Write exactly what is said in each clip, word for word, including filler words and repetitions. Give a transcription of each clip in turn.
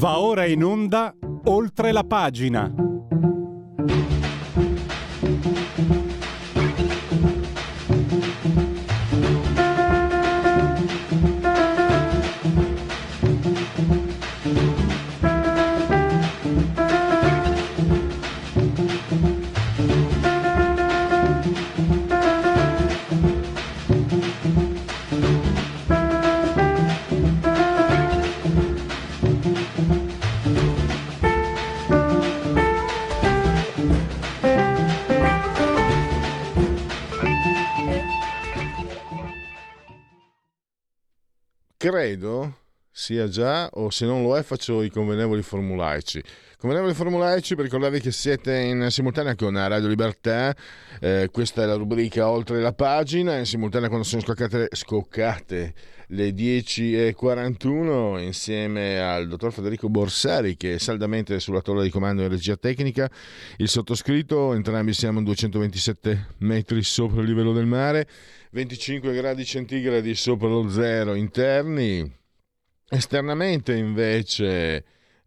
Va ora in onda Oltre la pagina. Credo sia già, o se non lo è faccio i convenevoli formulaici. Convenevoli formulaici, per ricordarvi che siete in simultanea con Radio Libertà, eh, questa è la rubrica Oltre la pagina, in simultanea quando sono scoccate, scoccate le dieci e quarantuno, insieme al dottor Federico Borsari, che è saldamente sulla tolla di comando in regia tecnica, il sottoscritto, entrambi siamo a duecentoventisette metri sopra il livello del mare, venticinque gradi centigradi sopra lo zero interni. Esternamente invece,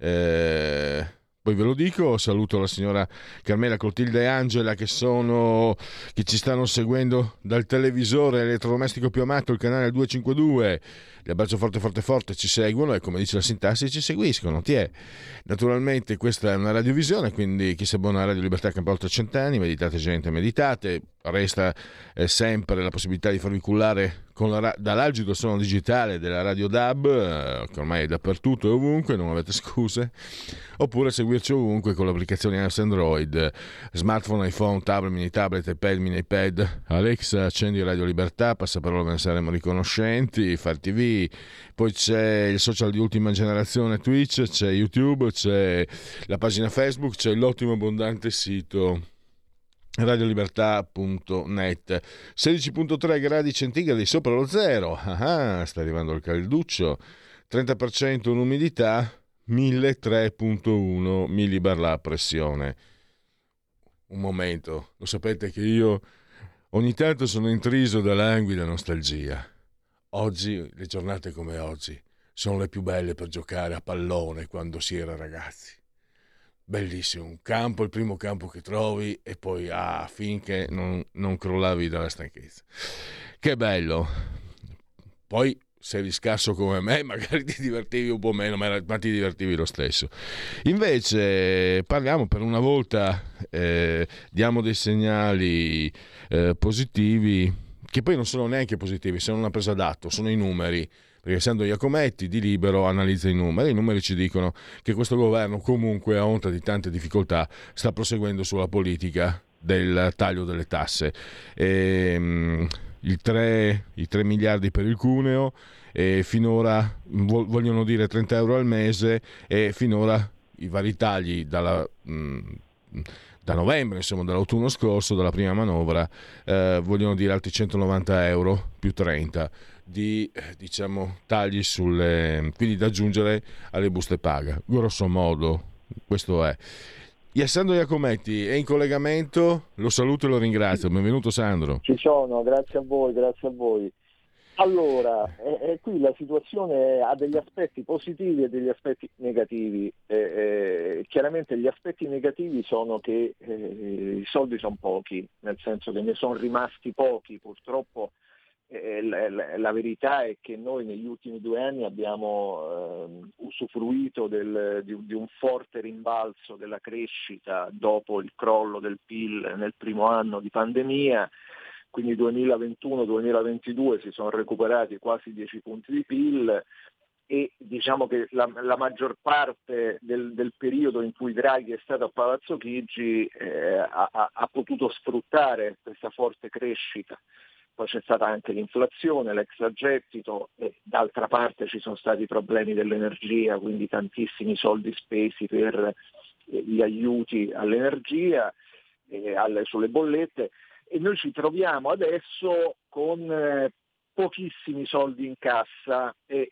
eh, poi ve lo dico, saluto la signora Carmela, Clotilde e Angela che sono che ci stanno seguendo dal televisore elettrodomestico più amato, il canale duecentocinquantadue. Li abbraccio forte forte forte, ci seguono e, come dice la sintassi, ci seguiscono. Ti è. Naturalmente questa è una radiovisione, quindi chi si abbona a Radio Libertà campa oltre cent'anni. Meditate gente, meditate. Resta eh, sempre la possibilità di farvi cullare con la, dall'algido suono digitale della Radio D A B, eh, che ormai è dappertutto e ovunque, non avete scuse, oppure seguirci ovunque con l'applicazione iOS Android, smartphone, iPhone, tablet, mini tablet, iPad, mini iPad. Alexa, accendi Radio Libertà, passaparola, ve ne saremo riconoscenti, Far T V, poi c'è il social di ultima generazione Twitch, c'è YouTube, c'è la pagina Facebook, c'è l'ottimo abbondante sito radiolibertà punto net. Sedici virgola tre gradi centigradi sopra lo zero. Ah, sta arrivando il calduccio. Trenta per cento l'umidità, milletrecento virgola uno millibar la pressione. Un momento, lo sapete che io ogni tanto sono intriso da languida nostalgia. Oggi, le giornate come oggi, sono le più belle per giocare a pallone quando si era ragazzi. Bellissimo, un campo, il primo campo che trovi, e poi ah, finché non, non crollavi dalla stanchezza. Che bello. Poi se eri scarso come me magari ti divertivi un po' meno, ma, ma ti divertivi lo stesso. Invece parliamo per una volta, eh, diamo dei segnali eh, positivi, che poi non sono neanche positivi, sono una presa d'atto, sono i numeri. Perché essendo Iacometti di Libero analizza i numeri, i numeri ci dicono che questo governo comunque, a onta di tante difficoltà, sta proseguendo sulla politica del taglio delle tasse. E, um, il tre, i tre miliardi per il cuneo, e finora vogliono dire trenta euro al mese, e finora i vari tagli dalla... Um, da novembre, insomma dall'autunno scorso, dalla prima manovra, eh, vogliono dire altri centonovanta euro più trenta di diciamo tagli sulle, quindi da aggiungere alle buste paga, grosso modo questo è. Sandro Iacometti è in collegamento, lo saluto e lo ringrazio. Benvenuto Sandro. Ci sono, grazie a voi, grazie a voi. Allora, eh, eh, qui la situazione ha degli aspetti positivi e degli aspetti negativi. Eh, eh, chiaramente gli aspetti negativi sono che eh, i soldi sono pochi, nel senso che ne sono rimasti pochi. Purtroppo eh, la, la, la verità è che noi negli ultimi due anni abbiamo eh, usufruito del, di, di un forte rimbalzo della crescita dopo il crollo del P I L nel primo anno di pandemia. Quindi duemilaventuno duemilaventidue si sono recuperati quasi dieci punti di P I L, e diciamo che la, la maggior parte del, del periodo in cui Draghi è stato a Palazzo Chigi eh, ha, ha potuto sfruttare questa forte crescita. Poi c'è stata anche l'inflazione, l'extragettito, e d'altra parte ci sono stati i problemi dell'energia, quindi tantissimi soldi spesi per eh, gli aiuti all'energia, eh, alle, sulle bollette. E noi ci troviamo adesso con eh, pochissimi soldi in cassa e,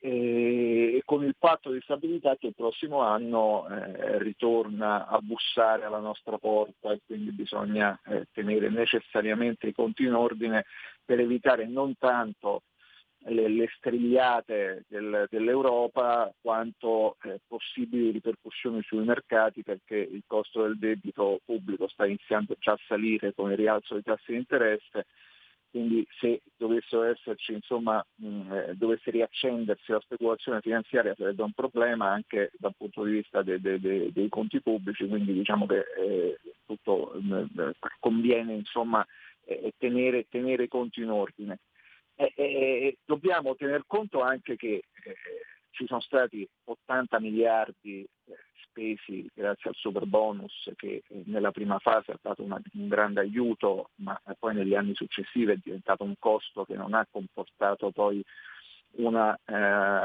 e, e con il patto di stabilità che il prossimo anno eh, ritorna a bussare alla nostra porta, e quindi bisogna eh, tenere necessariamente i conti in ordine per evitare non tanto le, le strigliate del, dell'Europa quanto eh, possibili ripercussioni sui mercati, perché il costo del debito pubblico sta iniziando già a salire con il rialzo dei tassi di interesse. Quindi se dovessero esserci, insomma, mh, eh, dovesse riaccendersi la speculazione finanziaria, sarebbe un problema anche dal punto di vista de, de, de, dei conti pubblici, quindi diciamo che eh, tutto eh, conviene, insomma, eh, tenere, tenere i conti in ordine. E, e, dobbiamo tener conto anche che eh, ci sono stati ottanta miliardi eh, spesi grazie al super bonus, che eh, nella prima fase ha dato una, un grande aiuto, ma poi negli anni successivi è diventato un costo che non ha comportato poi una eh,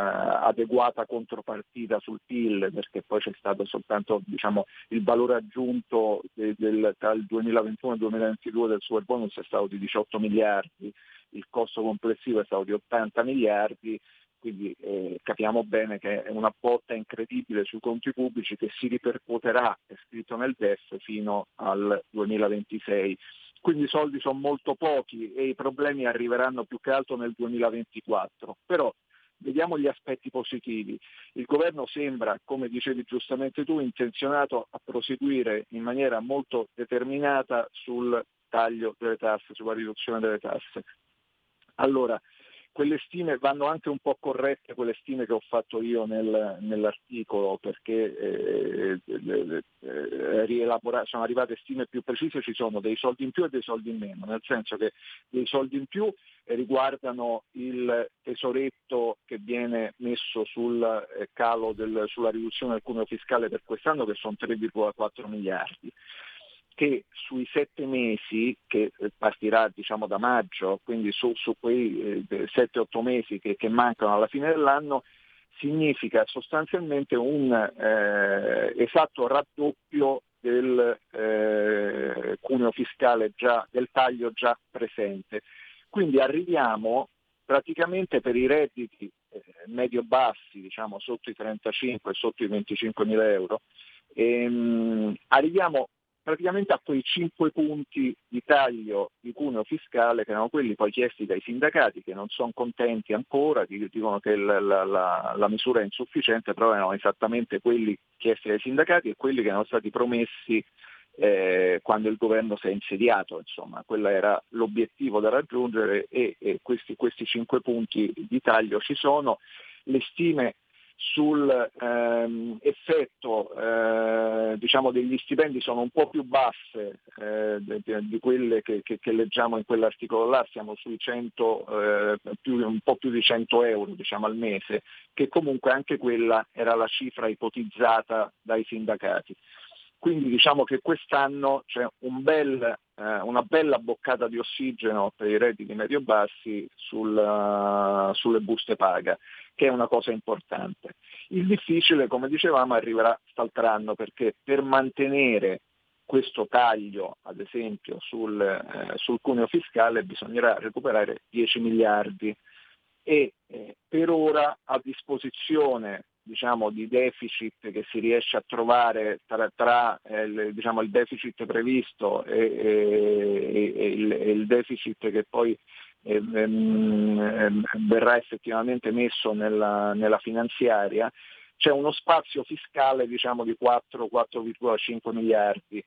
adeguata contropartita sul P I L, perché poi c'è stato soltanto, diciamo, il valore aggiunto de, del, tra il duemilaventuno e il duemilaventidue del super bonus è stato di diciotto miliardi, il costo complessivo è stato di ottanta miliardi, quindi eh, capiamo bene che è una botta incredibile sui conti pubblici che si ripercuoterà, è scritto nel D E F, fino al duemilaventisei. Quindi i soldi sono molto pochi e i problemi arriveranno più che altro nel duemilaventiquattro. Però vediamo gli aspetti positivi. Il governo sembra, come dicevi giustamente tu, intenzionato a proseguire in maniera molto determinata sul taglio delle tasse, sulla riduzione delle tasse. Allora, quelle stime vanno anche un po' corrette, quelle stime che ho fatto io nel, nell'articolo, perché eh, eh, eh, rielabora- sono arrivate stime più precise, ci sono dei soldi in più e dei soldi in meno, nel senso che dei soldi in più riguardano il tesoretto che viene messo sul eh, calo del, sulla riduzione del cuneo fiscale per quest'anno, che sono tre virgola quattro miliardi. Che sui sette mesi, che partirà diciamo da maggio, quindi su, su quei eh, sette otto mesi che, che mancano alla fine dell'anno, significa sostanzialmente un eh, esatto raddoppio del eh, cuneo fiscale già, del taglio già presente. Quindi arriviamo praticamente per i redditi eh, medio-bassi, diciamo sotto i trentacinque, sotto i venticinque mila euro, ehm, arriviamo praticamente a quei cinque punti di taglio di cuneo fiscale che erano quelli poi chiesti dai sindacati, che non sono contenti ancora, dicono che la, la, la, la misura è insufficiente, però erano esattamente quelli chiesti dai sindacati e quelli che erano stati promessi eh, quando il governo si è insediato. Insomma, quello era l'obiettivo da raggiungere e, e questi, questi cinque punti di taglio ci sono. Le stime sul ehm, effetto eh, diciamo degli stipendi sono un po' più basse eh, di, di quelle che, che, che leggiamo in quell'articolo là, siamo sui cento, eh, più, un po' più di cento euro diciamo al mese, che comunque anche quella era la cifra ipotizzata dai sindacati. Quindi diciamo che quest'anno c'è un bel, eh, una bella boccata di ossigeno per i redditi medio-bassi sul, uh, sulle buste paga, che è una cosa importante. Il difficile, come dicevamo, arriverà quest'altro anno, perché per mantenere questo taglio, ad esempio, sul, eh, sul cuneo fiscale bisognerà recuperare dieci miliardi e eh, per ora a disposizione diciamo di deficit che si riesce a trovare tra, tra eh, il, diciamo, il deficit previsto e, e, e, il, e il deficit che poi eh, ehm, verrà effettivamente messo nella, nella finanziaria, c'è uno spazio fiscale diciamo di quattro virgola cinque miliardi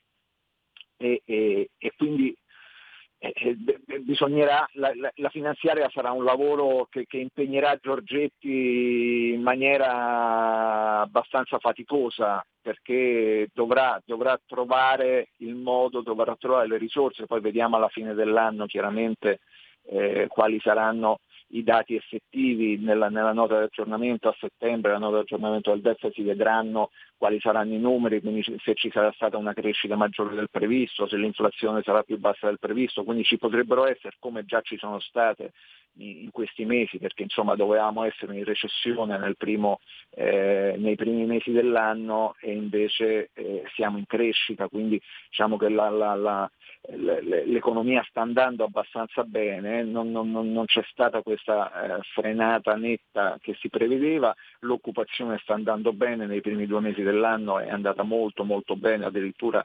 e, e, e quindi Eh, bisognerà, la, la, la finanziaria sarà un lavoro che, che impegnerà Giorgetti in maniera abbastanza faticosa, perché dovrà, dovrà trovare il modo, dovrà trovare le risorse, poi vediamo alla fine dell'anno chiaramente eh, quali saranno i dati effettivi nella, nella nota di aggiornamento a settembre, la nota di aggiornamento del D E F si vedranno quali saranno i numeri, quindi se ci sarà stata una crescita maggiore del previsto, se l'inflazione sarà più bassa del previsto, quindi ci potrebbero essere, come già ci sono state in questi mesi, perché insomma dovevamo essere in recessione nel primo, eh, nei primi mesi dell'anno e invece eh, siamo in crescita, quindi diciamo che la, la, la, l'economia sta andando abbastanza bene, non, non, non c'è stata questa eh, frenata netta che si prevedeva, l'occupazione sta andando bene, nei primi due mesi dell'anno è andata molto molto bene, addirittura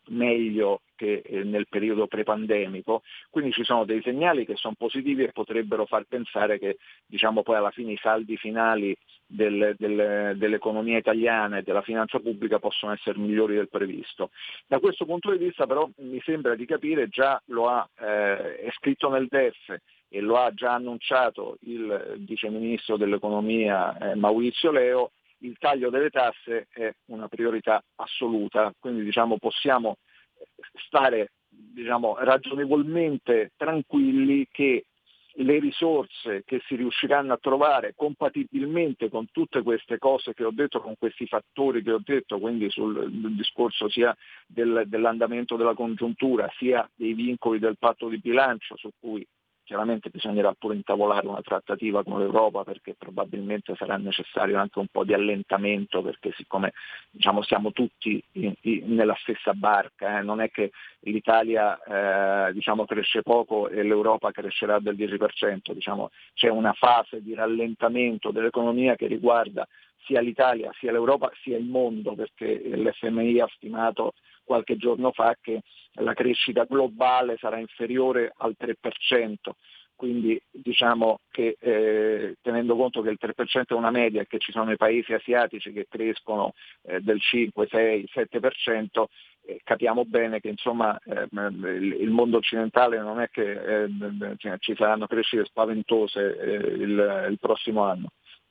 meglio che eh, nel periodo pre-pandemico, quindi ci sono dei segnali che sono positivi e potrebbero far pensare che, diciamo, poi alla fine i saldi finali del, del, dell'economia italiana e della finanza pubblica possono essere migliori del previsto. Da questo punto di vista però mi sembra di capire, già lo ha eh, è scritto nel D E F e lo ha già annunciato il vice ministro dell'economia eh, Maurizio Leo, il taglio delle tasse è una priorità assoluta, quindi diciamo possiamo stare, diciamo, ragionevolmente tranquilli che le risorse che si riusciranno a trovare compatibilmente con tutte queste cose che ho detto, con questi fattori che ho detto, quindi sul discorso sia del, dell'andamento della congiuntura, sia dei vincoli del patto di bilancio, su cui chiaramente bisognerà pure intavolare una trattativa con l'Europa, perché probabilmente sarà necessario anche un po' di allentamento, perché siccome, diciamo, siamo tutti in, in, nella stessa barca, eh, non è che l'Italia eh, diciamo, cresce poco e l'Europa crescerà del dieci per cento, diciamo, c'è una fase di rallentamento dell'economia che riguarda sia l'Italia, sia l'Europa, sia il mondo, perché l'F M I ha stimato qualche giorno fa che la crescita globale sarà inferiore al tre per cento, quindi diciamo che eh, tenendo conto che il tre per cento è una media e che ci sono i paesi asiatici che crescono eh, del cinque, sei, sette per cento, eh, capiamo bene che insomma eh, il, il mondo occidentale non è che eh, ci saranno crescite spaventose eh, il, il prossimo anno,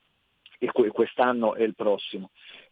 e quest'anno e il prossimo.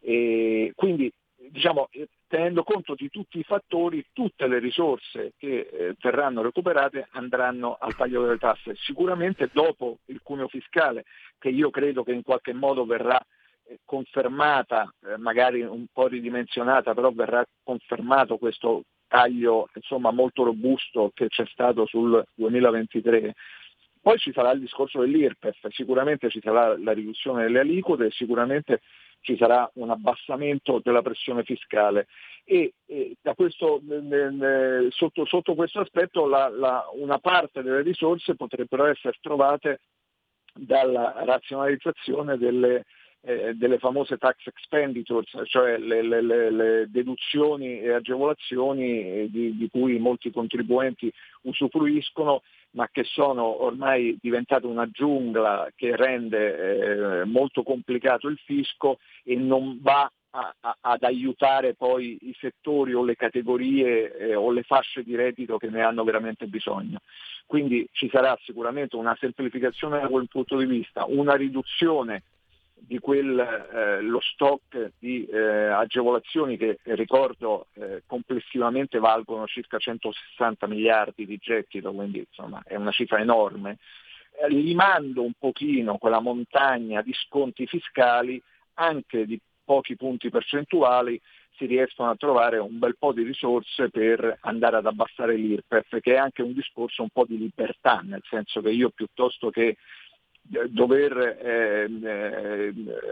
E quindi diciamo, tenendo conto di tutti i fattori, tutte le risorse che eh, verranno recuperate andranno al taglio delle tasse, sicuramente dopo il cuneo fiscale, che io credo che in qualche modo verrà eh, confermata, eh, magari un po' ridimensionata, però verrà confermato questo taglio insomma molto robusto che c'è stato sul duemilaventitré. Poi ci sarà il discorso dell'I R P E F, sicuramente ci sarà la riduzione delle aliquote, sicuramente ci sarà un abbassamento della pressione fiscale e, e da questo, eh, sotto, sotto questo aspetto la, la, una parte delle risorse potrebbero essere trovate dalla razionalizzazione delle, eh, delle famose tax expenditures, cioè le, le, le, le deduzioni e agevolazioni di, di cui molti contribuenti usufruiscono, ma che sono ormai diventate una giungla che rende eh, molto complicato il fisco e non va a, a, ad aiutare poi i settori o le categorie eh, o le fasce di reddito che ne hanno veramente bisogno. Quindi ci sarà sicuramente una semplificazione da quel punto di vista, una riduzione di quel eh, lo stock di eh, agevolazioni che ricordo eh, complessivamente valgono circa centosessanta miliardi di gettito, quindi insomma è una cifra enorme, eh, limando un pochino quella montagna di sconti fiscali anche di pochi punti percentuali si riescono a trovare un bel po' di risorse per andare ad abbassare l'I R P E F, che è anche un discorso un po' di libertà, nel senso che io piuttosto che dover eh, eh,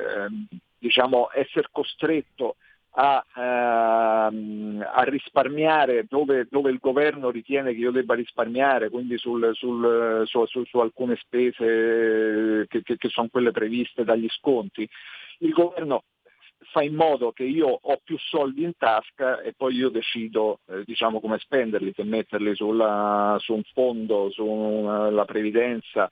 diciamo essere costretto a, eh, a risparmiare dove, dove il governo ritiene che io debba risparmiare, quindi sul, sul, su, su, su alcune spese che, che, che sono quelle previste dagli sconti, il governo fa in modo che io ho più soldi in tasca e poi io decido eh, diciamo come spenderli, se metterli sulla, su un fondo, sulla previdenza,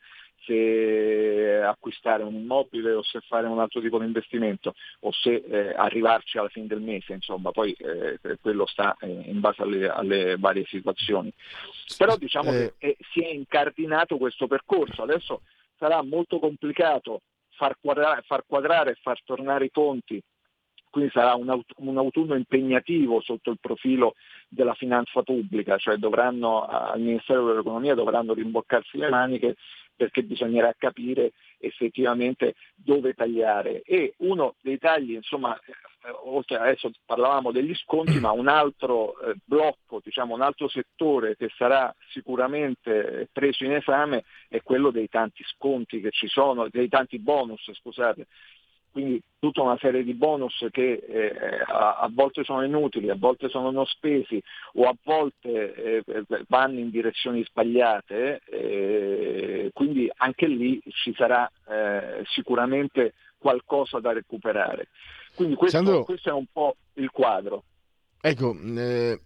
se acquistare un immobile o se fare un altro tipo di investimento o se eh, arrivarci alla fine del mese, insomma poi eh, quello sta eh, in base alle, alle varie situazioni. Però diciamo eh... che eh, si è incardinato questo percorso, adesso sarà molto complicato far quadrare, far quadrare e far tornare i conti, quindi sarà un, aut- un autunno impegnativo sotto il profilo della finanza pubblica, cioè dovranno al Ministero dell'Economia dovranno rimboccarsi le maniche perché bisognerà capire effettivamente dove tagliare. E uno dei tagli, insomma, eh, oltre adesso parlavamo degli sconti, ma un altro eh, blocco, diciamo un altro settore che sarà sicuramente preso in esame è quello dei tanti sconti che ci sono, dei tanti bonus, scusate. Quindi tutta una serie di bonus che eh, a, a volte sono inutili, a volte sono non spesi o a volte eh, vanno in direzioni sbagliate, eh, quindi anche lì ci sarà eh, sicuramente qualcosa da recuperare. Quindi questo, Sandro, questo è un po' il quadro. Ecco, eh,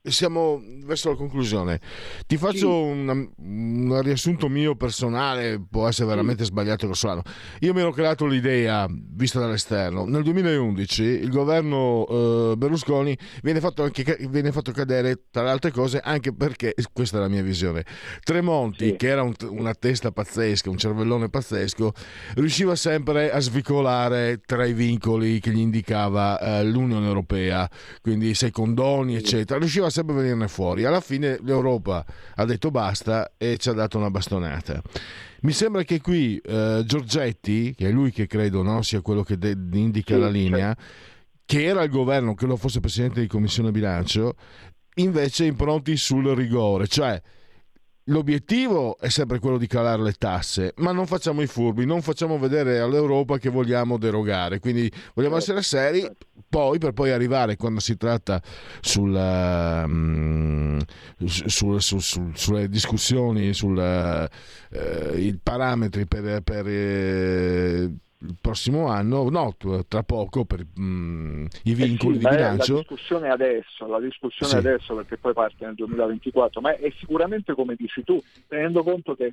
siamo verso la conclusione. Ti faccio Sì. un, un riassunto mio personale, può essere veramente Sì. sbagliato, lo so. Io mi ero creato l'idea, vista dall'esterno, nel duemilaundici il governo eh, Berlusconi viene fatto, anche, viene fatto cadere, tra le altre cose, anche perché, questa è la mia visione, Tremonti, Sì. che era un, una testa pazzesca, un cervellone pazzesco, riusciva sempre a svicolare tra i vincoli che gli indicava eh, l'Unione Europea, quindi sei condoni, eccetera, riusciva sempre a venirne fuori. Alla fine l'Europa ha detto basta e ci ha dato una bastonata. Mi sembra che qui eh, Giorgetti, che è lui che credo, no, sia quello che de- indica Sì, la linea, certo. che era il governo, che lo fosse presidente di commissione bilancio, invece impronti sul rigore, cioè l'obiettivo è sempre quello di calare le tasse, ma non facciamo i furbi, non facciamo vedere all'Europa che vogliamo derogare, quindi vogliamo Certo, essere seri, certo. poi per poi arrivare quando si tratta sulla, mm, su- su- su- sulle discussioni, sul eh, i parametri per, per eh, il prossimo anno, no, tra poco per mm, i Eh vincoli sì, di ma è la bilancio. discussione adesso, la discussione Sì. adesso perché poi parte nel duemilaventiquattro, ma è sicuramente come dici tu, tenendo conto che,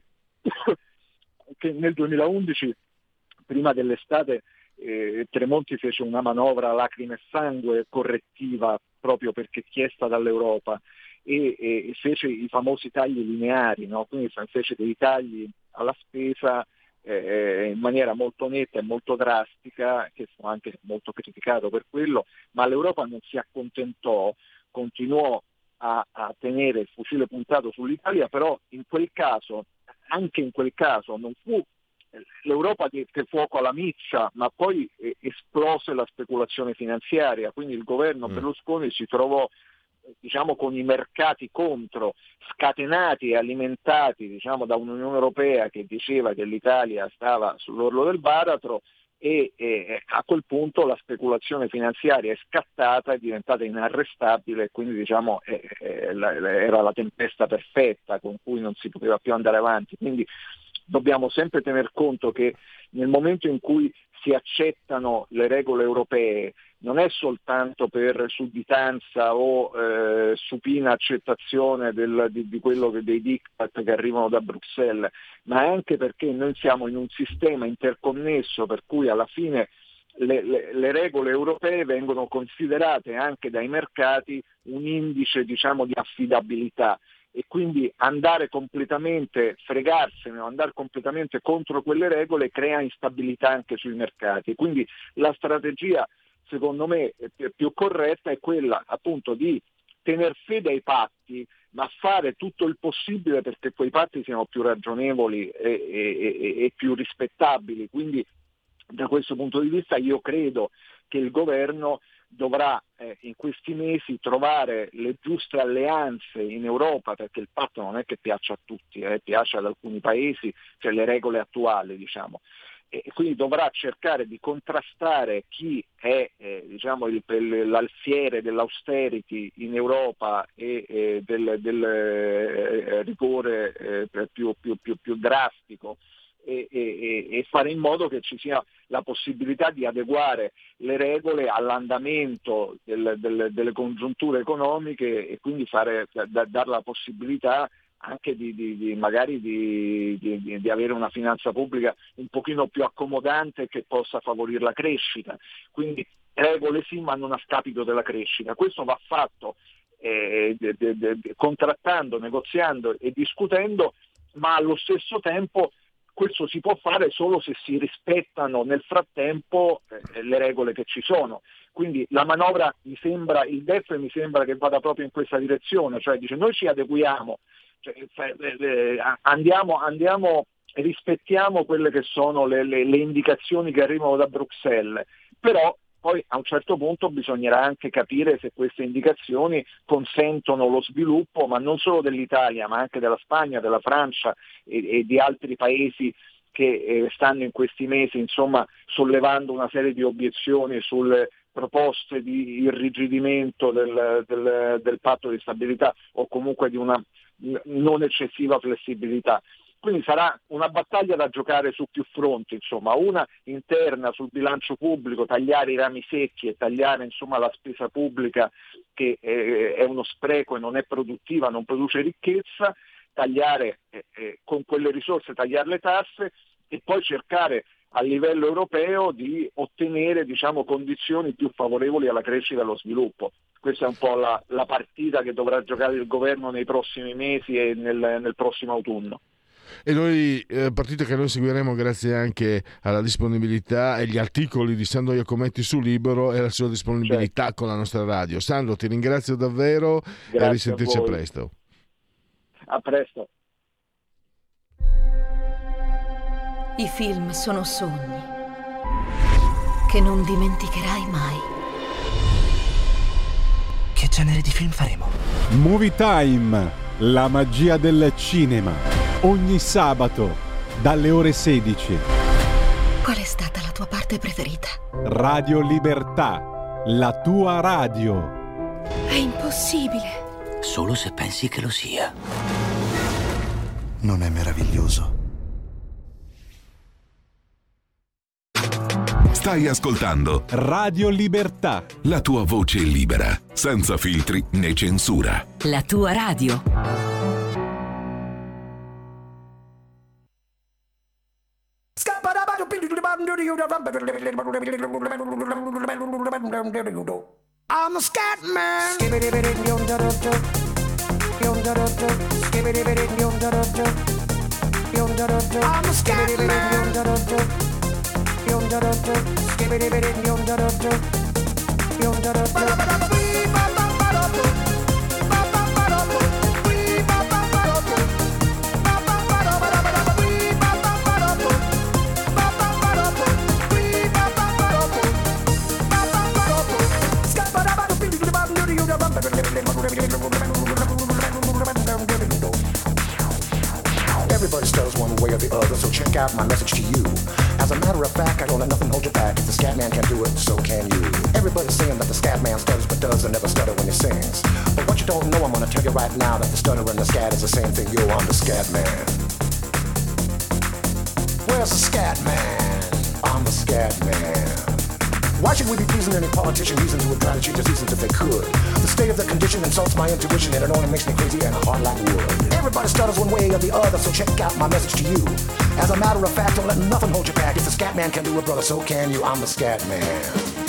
che nel duemilaundici, prima dell'estate, eh, Tremonti fece una manovra lacrime e sangue correttiva proprio perché chiesta dall'Europa e, e fece i famosi tagli lineari, no? Quindi fece dei tagli alla spesa eh, in maniera molto netta e molto drastica, che fu anche molto criticato per quello, ma l'Europa non si accontentò, continuò a, a tenere il fucile puntato sull'Italia, però in quel caso, anche in quel caso, non fu l'Europa dette fuoco alla miccia, ma poi eh, esplose la speculazione finanziaria, quindi il governo Mm. Berlusconi si trovò diciamo con i mercati contro, scatenati e alimentati diciamo da un'Unione Europea che diceva che l'Italia stava sull'orlo del baratro e, e a quel punto la speculazione finanziaria è scattata, è diventata inarrestabile e quindi diciamo eh, eh, la, era la tempesta perfetta con cui non si poteva più andare avanti. Quindi dobbiamo sempre tener conto che nel momento in cui si accettano le regole europee non è soltanto per sudditanza o eh, supina accettazione del, di, di quello che, dei diktat che arrivano da Bruxelles, ma anche perché noi siamo in un sistema interconnesso per cui alla fine le, le, le regole europee vengono considerate anche dai mercati un indice diciamo di affidabilità. E quindi andare completamente, fregarsene o andare completamente contro quelle regole crea instabilità anche sui mercati. Quindi la strategia, secondo me, più corretta è quella appunto di tener fede ai patti, ma fare tutto il possibile perché quei patti siano più ragionevoli e, e, e, e più rispettabili. Quindi da questo punto di vista io credo che il governo dovrà eh, in questi mesi trovare le giuste alleanze in Europa, perché il patto non è che piaccia a tutti, eh, piace ad alcuni paesi, cioè le regole attuali diciamo, e quindi dovrà cercare di contrastare chi è eh, diciamo il, l'alfiere dell'austerity in Europa e eh, del, del eh, rigore eh, più, più, più, più drastico e, e, e fare in modo che ci sia la possibilità di adeguare le regole all'andamento del, del, delle congiunture economiche e quindi fare, da, dare la possibilità anche di, di, di magari di, di, di avere una finanza pubblica un pochino più accomodante che possa favorire la crescita. Quindi regole sì, ma non a scapito della crescita. Questo va fatto eh, de, de, de, contrattando, negoziando e discutendo, ma allo stesso tempo questo si può fare solo se si rispettano nel frattempo eh, le regole che ci sono. Quindi la manovra mi sembra, il D E F mi sembra che vada proprio in questa direzione, cioè dice noi ci adeguiamo, cioè, eh, eh, andiamo, andiamo, rispettiamo quelle che sono le, le, le indicazioni che arrivano da Bruxelles, però poi a un certo punto bisognerà anche capire se queste indicazioni consentono lo sviluppo, ma non solo dell'Italia, ma anche della Spagna, della Francia e, e di altri paesi che eh, stanno in questi mesi insomma sollevando una serie di obiezioni sulle proposte di irrigidimento del, del, del patto di stabilità o comunque di una non eccessiva flessibilità. Quindi sarà una battaglia da giocare su più fronti, insomma, una interna sul bilancio pubblico, tagliare i rami secchi e tagliare insomma la spesa pubblica che eh, è uno spreco e non è produttiva, non produce ricchezza, tagliare eh, eh, con quelle risorse, tagliare le tasse e poi cercare a livello europeo di ottenere, diciamo, condizioni più favorevoli alla crescita e allo sviluppo. Questa è un po' la, la partita che dovrà giocare il governo nei prossimi mesi e nel, nel prossimo autunno. E noi, eh, partita che noi seguiremo grazie anche alla disponibilità e gli articoli di Sandro Iacometti su Libero e la sua disponibilità certo. con la nostra radio. Sandro, ti ringrazio davvero. Grazie, e a risentirci a, a presto. A presto. I film sono sogni che non dimenticherai mai. Che genere di film faremo? Movie Time, la magia del cinema. Ogni sabato, dalle ore sedici. Qual è stata la tua parte preferita? Radio Libertà, la tua radio. È impossibile. Solo se pensi che lo sia. Non è meraviglioso? Stai ascoltando Radio Libertà. La tua voce libera, senza filtri né censura. La tua radio. I'm a scat man. I'm a scat man. Everybody stutters one way or the other, so check out my message to you. As a matter of fact, I don't let nothing hold you back. If the scat man can do it, so can you. Everybody's saying that the scat man stutters but does and never stutter when he sings. But what you don't know, I'm gonna tell you right now, that the stutter and the scat is the same thing. Yo, I'm the scat man. Where's the scat man? I'm the scat man. Why should we be pleasing any politician reason who would try to change the seasons if they could? The state of the condition insults my intuition and it only makes me crazy and hard like wood. Everybody stutters one way or the other, so check out my message to you. As a matter of fact, don't let nothing hold you back. If the scat man can do it, brother, so can you. I'm the scat man.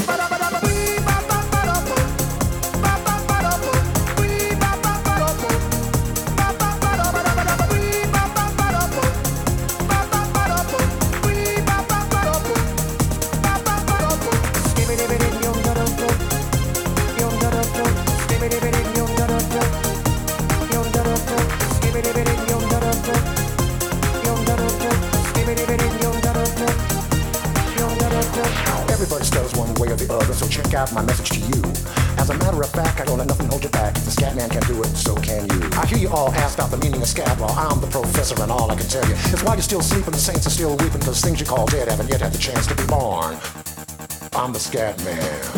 Everybody stutters one way or the other, so check out my message to you. As a matter of fact, I don't let nothing hold you back. If the scat man can do it, so can you. I hear you all ask about the meaning of scat. Well, I'm the professor and all I can tell you is why you're still sleeping, the saints are still weeping, because things you call dead haven't yet had the chance to be born. I'm the scat man.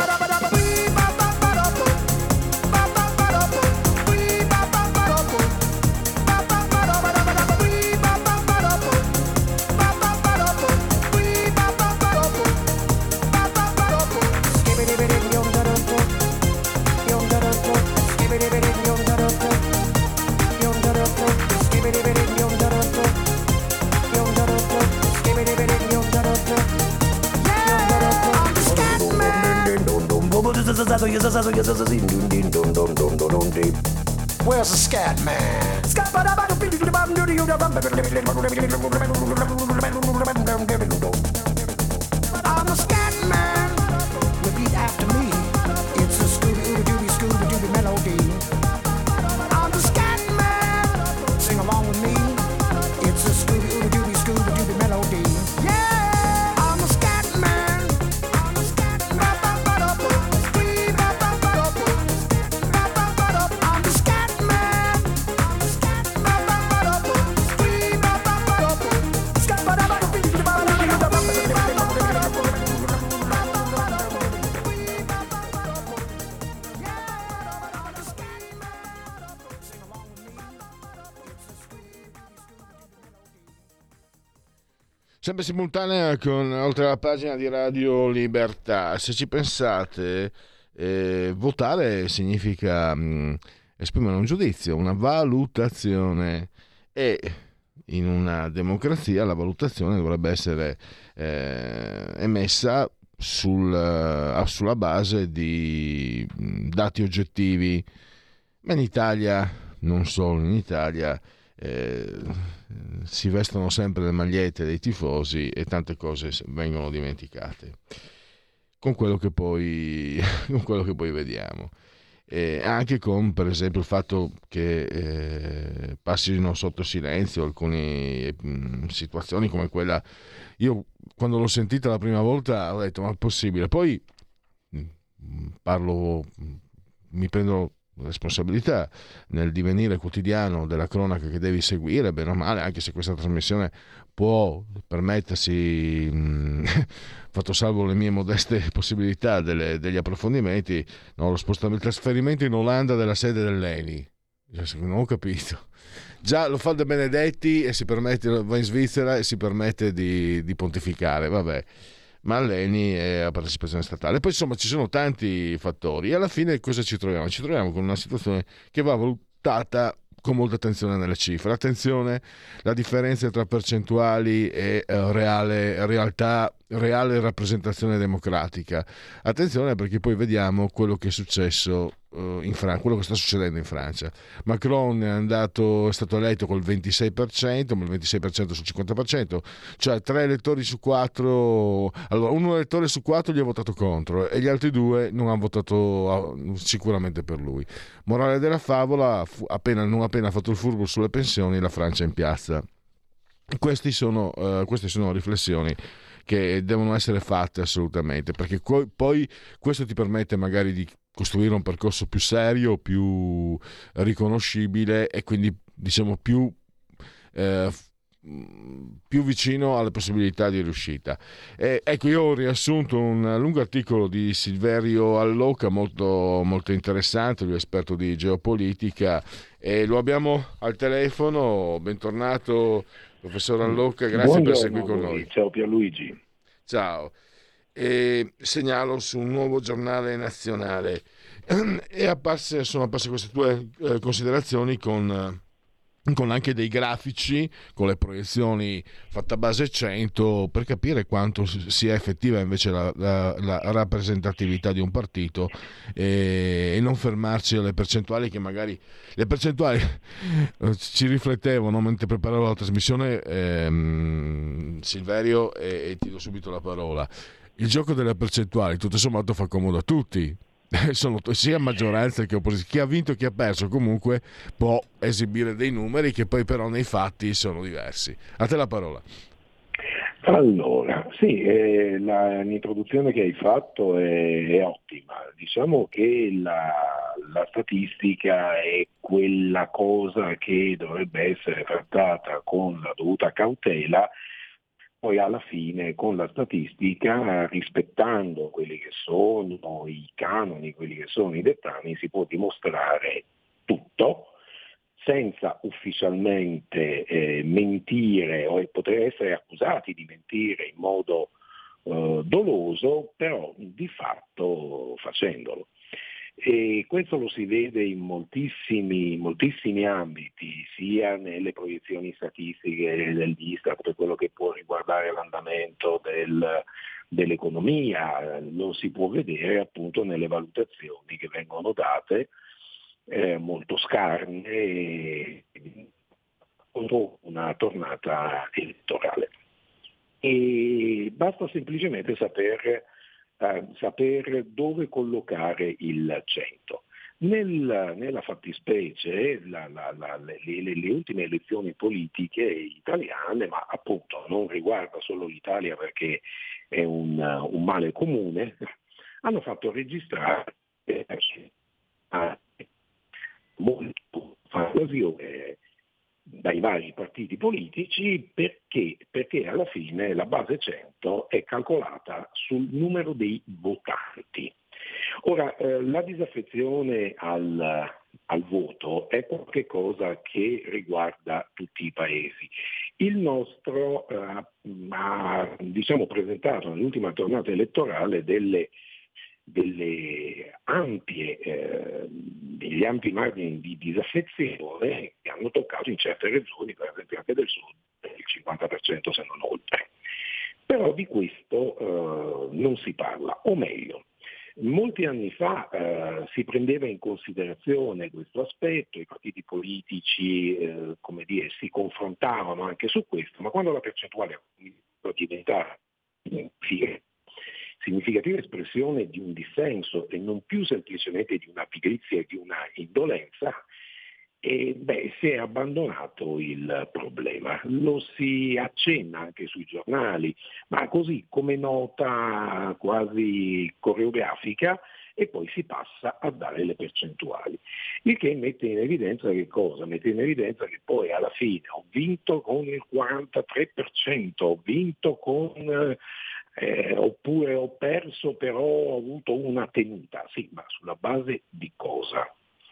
Where's the scat man? I'm the scat man. Repeat after me. It's a Scooby-Dooby, Scooby-Dooby melody. I'm the scat man. Sing along with me. It's a Scooby-Dooby, Scooby-Dooby melody. Yeah, I'm the scat man. I'm the scat man. I'm the scat man. I'm the scat man. Scat Sempre simultanea con oltre alla pagina di Radio Libertà. Se ci pensate, eh, votare significa mh, esprimere un giudizio, una valutazione, e in una democrazia la valutazione dovrebbe essere eh, emessa sul, uh, sulla base di dati oggettivi, ma in Italia, non solo in Italia, eh, si vestono sempre le magliette dei tifosi e tante cose vengono dimenticate con quello che poi, con quello che poi vediamo. Eh, anche con, per esempio, il fatto che eh, passino sotto silenzio alcune mh, situazioni come quella. Io quando l'ho sentita la prima volta ho detto ma è possibile, poi mh, parlo, mi prendo responsabilità nel divenire quotidiano della cronaca che devi seguire, bene o male, anche se questa trasmissione può permettersi, mh, fatto salvo le mie modeste possibilità, delle, degli approfondimenti, no, lo spostamento, il trasferimento in Olanda della sede dell'Eni, non ho capito. Già lo fa De Benedetti e si permette, va in Svizzera e si permette di, di pontificare, vabbè. Ma l'Eni è a partecipazione statale. Poi insomma ci sono tanti fattori e alla fine cosa ci troviamo? Ci troviamo con una situazione che va valutata con molta attenzione nelle cifre. Attenzione, la differenza tra percentuali e eh, reale, realtà, reale rappresentazione democratica. Attenzione, perché poi vediamo quello che è successo eh, in Francia, quello che sta succedendo in Francia. Macron è andato, è stato eletto col ventisei per cento, ma il ventisei per cento sul cinquanta per cento, cioè tre elettori su quattro, allora un elettore su quattro gli ha votato contro e gli altri due non hanno votato sicuramente per lui. Morale della favola, appena, non appena ha fatto il furbo sulle pensioni, la Francia è in piazza. Questi sono, uh, queste sono riflessioni che devono essere fatte assolutamente, perché co- poi questo ti permette magari di costruire un percorso più serio, più riconoscibile e quindi diciamo più eh, più vicino alle possibilità di riuscita. E, ecco, io ho riassunto un lungo articolo di Silverio Allocca molto, molto interessante, lui è esperto di geopolitica e lo abbiamo al telefono. Bentornato professor Allocca, grazie. Buongiorno per essere qui con noi. Ciao Pierluigi. Ciao. E segnalo su un nuovo giornale nazionale e apparse, sono apparse queste tue eh, considerazioni con con anche dei grafici, con le proiezioni fatte a base cento, per capire quanto sia effettiva invece la, la, la rappresentatività di un partito e, e non fermarci alle percentuali, che magari le percentuali ci riflettevano mentre preparavo la trasmissione, ehm, Silverio, e, e ti do subito la parola. Il gioco delle percentuali tutto sommato fa comodo a tutti. Sono sia maggioranza che opposizione, chi ha vinto e chi ha perso comunque può esibire dei numeri che poi però nei fatti sono diversi. A te la parola. Allora, sì, eh, la, l'introduzione che hai fatto è, è ottima. Diciamo che la, la statistica è quella cosa che dovrebbe essere trattata con la dovuta cautela. Poi alla fine con la statistica, rispettando quelli che sono i canoni, quelli che sono i dettami, si può dimostrare tutto senza ufficialmente eh, mentire o poter essere accusati di mentire in modo eh, doloso, però di fatto facendolo. E questo lo si vede in moltissimi, moltissimi ambiti, sia nelle proiezioni statistiche dell'Istat per quello che può riguardare l'andamento del, dell'economia, lo si può vedere appunto nelle valutazioni che vengono date eh, molto scarne contro una tornata elettorale. E basta semplicemente saper Uh, sapere dove collocare il cento. Nel, nella fattispecie la, la, la, le, le, le ultime elezioni politiche italiane, ma appunto non riguarda solo l'Italia perché è un, un male comune, hanno fatto registrare eh, molto fantasioso dai vari partiti politici perché, perché alla fine la base cento è calcolata sul numero dei votanti. Ora, eh, la disaffezione al, al voto è qualcosa che riguarda tutti i paesi. Il nostro eh, ha diciamo, presentato nell'ultima tornata elettorale delle, delle ampie, eh, degli ampi margini di disaffezione che hanno toccato in certe regioni, per esempio anche del sud, il cinquanta per cento se non oltre. Però di questo eh, non si parla, o meglio, molti anni fa eh, si prendeva in considerazione questo aspetto, i partiti politici eh, come dire, si confrontavano anche su questo, ma quando la percentuale è diventata significativa espressione di un dissenso e non più semplicemente di una pigrizia e di una indolenza, e beh, si è abbandonato il problema. Lo si accenna anche sui giornali, ma così come nota quasi coreografica, e poi si passa a dare le percentuali. Il che mette in evidenza che cosa? Mette in evidenza che poi alla fine ho vinto con il quarantatré per cento, ho vinto con... Eh, oppure ho perso però ho avuto una tenuta. Sì, ma sulla base di cosa?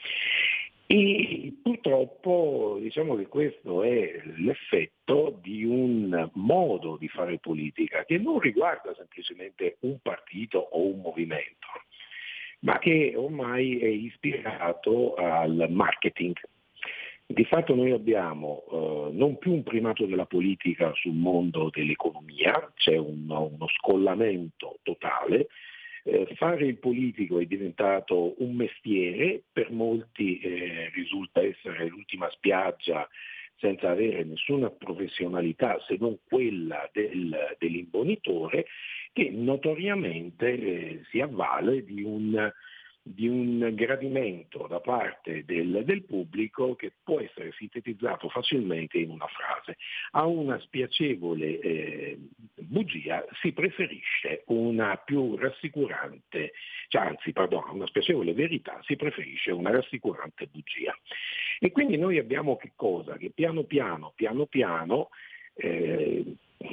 E purtroppo diciamo che questo è l'effetto di un modo di fare politica che non riguarda semplicemente un partito o un movimento, ma che ormai è ispirato al marketing. Di fatto noi abbiamo eh, non più un primato della politica sul mondo dell'economia, c'è un, uno scollamento totale. Eh, fare il politico è diventato un mestiere, per molti eh, risulta essere l'ultima spiaggia senza avere nessuna professionalità se non quella del, dell'imbonitore, che notoriamente eh, si avvale di un, di un gradimento da parte del, del pubblico che può essere sintetizzato facilmente in una frase. A una spiacevole eh, bugia si preferisce una più rassicurante, cioè, anzi pardon, a una spiacevole verità si preferisce una rassicurante bugia. E quindi noi abbiamo che cosa? Che piano piano, piano piano, eh,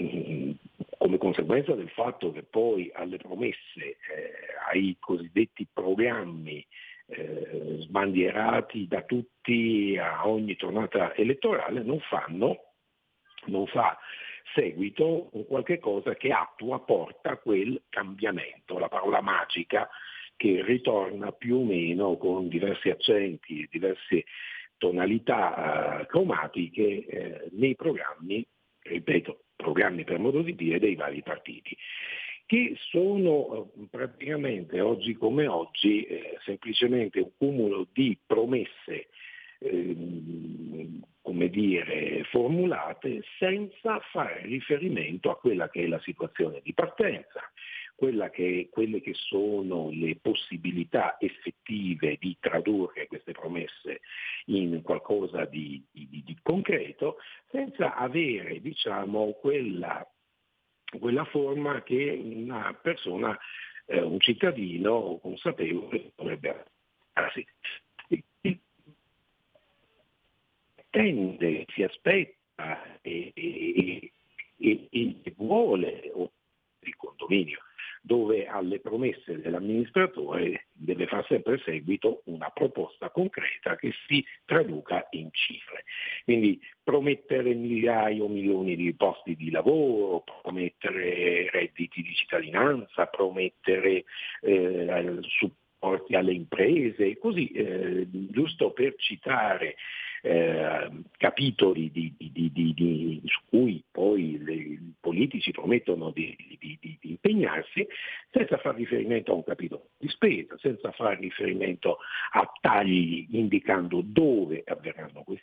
come conseguenza del fatto che poi alle promesse, eh, ai cosiddetti programmi eh, sbandierati da tutti a ogni tornata elettorale, non fanno, non fa seguito un qualche cosa che attua, porta quel cambiamento, la parola magica che ritorna più o meno con diversi accenti e diverse tonalità eh, cromatiche eh, nei programmi, ripeto, programmi per modo di dire, dei vari partiti, che sono eh, praticamente oggi come oggi eh, semplicemente un cumulo di promesse eh, come dire, formulate senza fare riferimento a quella che è la situazione di partenza, quella che, quelle che sono le possibilità effettive di tradurre queste promesse in qualcosa di, di, di concreto, senza avere, diciamo, quella, quella forma che una persona, eh, un cittadino consapevole dovrebbe avere. Tende, si aspetta e, e, e, e vuole il condominio, dove alle promesse dell'amministratore deve far sempre seguito una proposta concreta che si traduca in cifre. Quindi promettere migliaia o milioni di posti di lavoro, promettere redditi di cittadinanza, promettere eh, supporti alle imprese, così eh, giusto per citare Eh, capitoli di, di, di, di, di, su cui poi le, i politici promettono di, di, di, di impegnarsi, senza far riferimento a un capitolo di spesa, senza far riferimento a tagli indicando dove avverranno questi,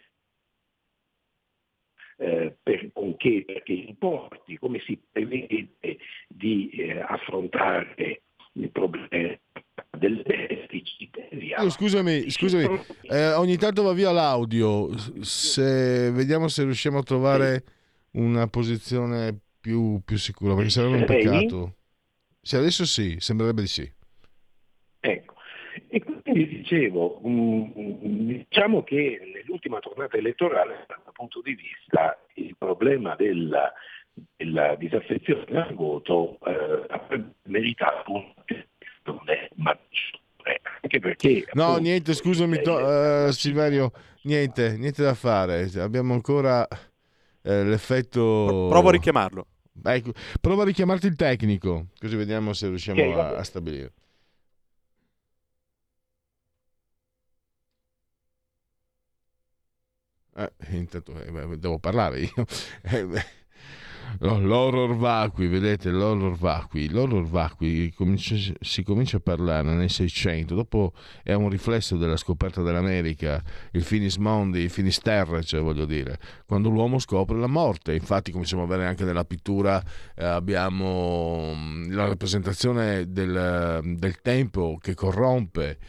eh, per, con che, perché importi, come si prevede di eh, affrontare il problema del deficit. Oh, scusami, scusami. Eh, ogni tanto va via l'audio. Se, vediamo se riusciamo a trovare una posizione più, più sicura, perché sarebbe un peccato. Sì, adesso sì, sembrerebbe di sì. Ecco, e quindi dicevo, diciamo che nell'ultima tornata elettorale, dal punto di vista, il problema della, della disaffezione al voto eh, ha meritato una maggiore. migliore, anche perché... No, appunto, niente, scusami, to- uh, Silverio, niente, niente da fare, abbiamo ancora eh, l'effetto... Provo a richiamarlo. Ecco, prova a richiamarti il tecnico, così vediamo se riusciamo Okay, a, a stabilire. Eh, intanto eh, devo parlare io. Eh, l'horror vacui, vedete, l'horror vacui, l'horror vacui comincia, si comincia a parlare nel seicento, dopo è un riflesso della scoperta dell'America, il finis mondi, il finis terra, cioè voglio dire, quando l'uomo scopre la morte. Infatti cominciamo a avere anche nella pittura, eh, abbiamo la rappresentazione del, del tempo che corrompe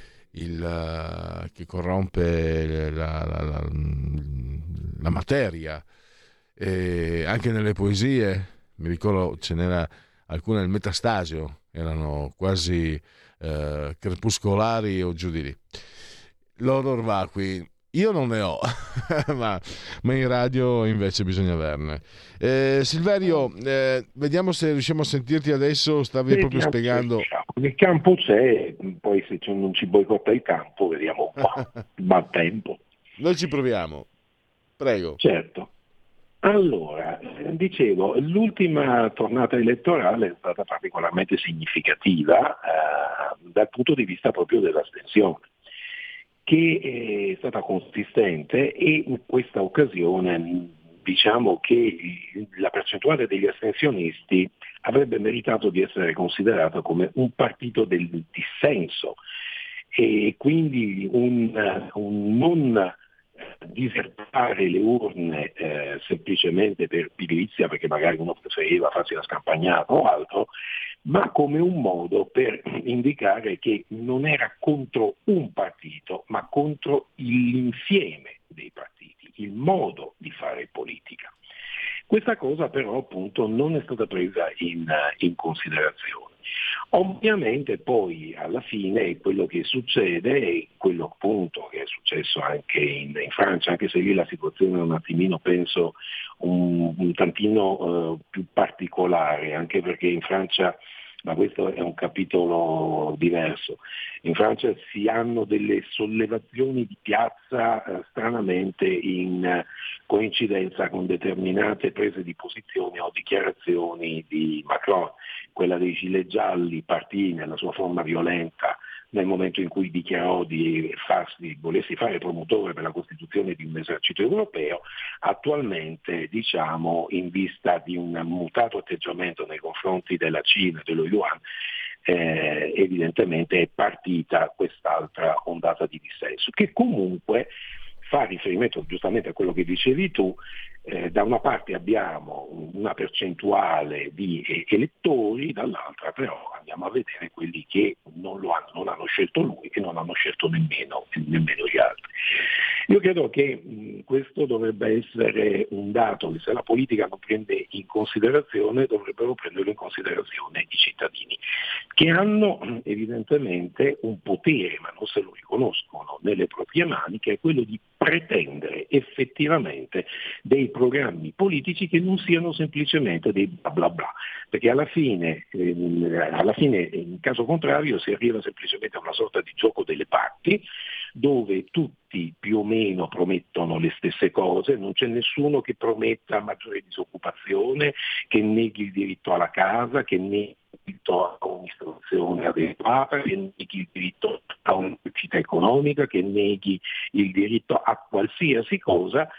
il, che corrompe la, la, la, la materia. E anche nelle poesie, mi ricordo ce n'era alcune nel Metastasio, erano quasi eh, crepuscolari o giù di lì. L'horror vacui io non ne ho, ma, ma in radio invece bisogna averne. eh, Silverio, eh, vediamo se riusciamo a sentirti adesso. Stavi Vediamo, proprio spiegando il campo c'è, poi se non ci boicotta il campo vediamo un po', va tempo. Noi ci proviamo, prego. Certo. Allora, dicevo, l'ultima tornata elettorale è stata particolarmente significativa eh, dal punto di vista proprio dell'astensione, che è stata consistente, e in questa occasione diciamo che la percentuale degli astensionisti avrebbe meritato di essere considerata come un partito del dissenso, e quindi un, un non disertare le urne eh, semplicemente per pigrizia, perché magari uno preferiva farsi la scampagnata o altro, ma come un modo per indicare che non era contro un partito, ma contro l'insieme dei partiti, il modo di fare politica. Questa cosa però appunto non è stata presa in, in considerazione. Ovviamente poi alla fine quello che succede è quello appunto che è successo anche in, in Francia, anche se lì la situazione è un attimino, penso, un, un tantino uh, più particolare, anche perché in Francia, ma questo è un capitolo diverso, in Francia si hanno delle sollevazioni di piazza eh, stranamente in eh, coincidenza con determinate prese di posizione o dichiarazioni di Macron. Quella dei gilet gialli partì nella sua forma violenta nel momento in cui dichiarò di farsi, volersi fare promotore per la costituzione di un esercito europeo. Attualmente, diciamo, in vista di un mutato atteggiamento nei confronti della Cina e dello Yuan, eh, evidentemente è partita quest'altra ondata di dissenso, che comunque fa riferimento giustamente a quello che dicevi tu. Eh, da una parte abbiamo una percentuale di eh, elettori, dall'altra però andiamo a vedere quelli che non lo hanno, non hanno scelto lui e non hanno scelto nemmeno, nemmeno gli altri. Io credo che mh, questo dovrebbe essere un dato che, se la politica non prende in considerazione, dovrebbero prenderlo in considerazione i cittadini, che hanno mh, evidentemente un potere, ma non se lo riconoscono, nelle proprie mani, che è quello di pretendere effettivamente dei programmi politici che non siano semplicemente dei bla bla bla, perché alla fine, eh, alla fine in caso contrario si arriva semplicemente a una sorta di gioco delle parti, dove tutti più o meno promettono le stesse cose, non c'è nessuno che prometta maggiore disoccupazione, che neghi il diritto alla casa, che neghi il diritto a un'istruzione adeguata, che neghi il diritto a un'uscita economica, che neghi il diritto a qualsiasi cosa.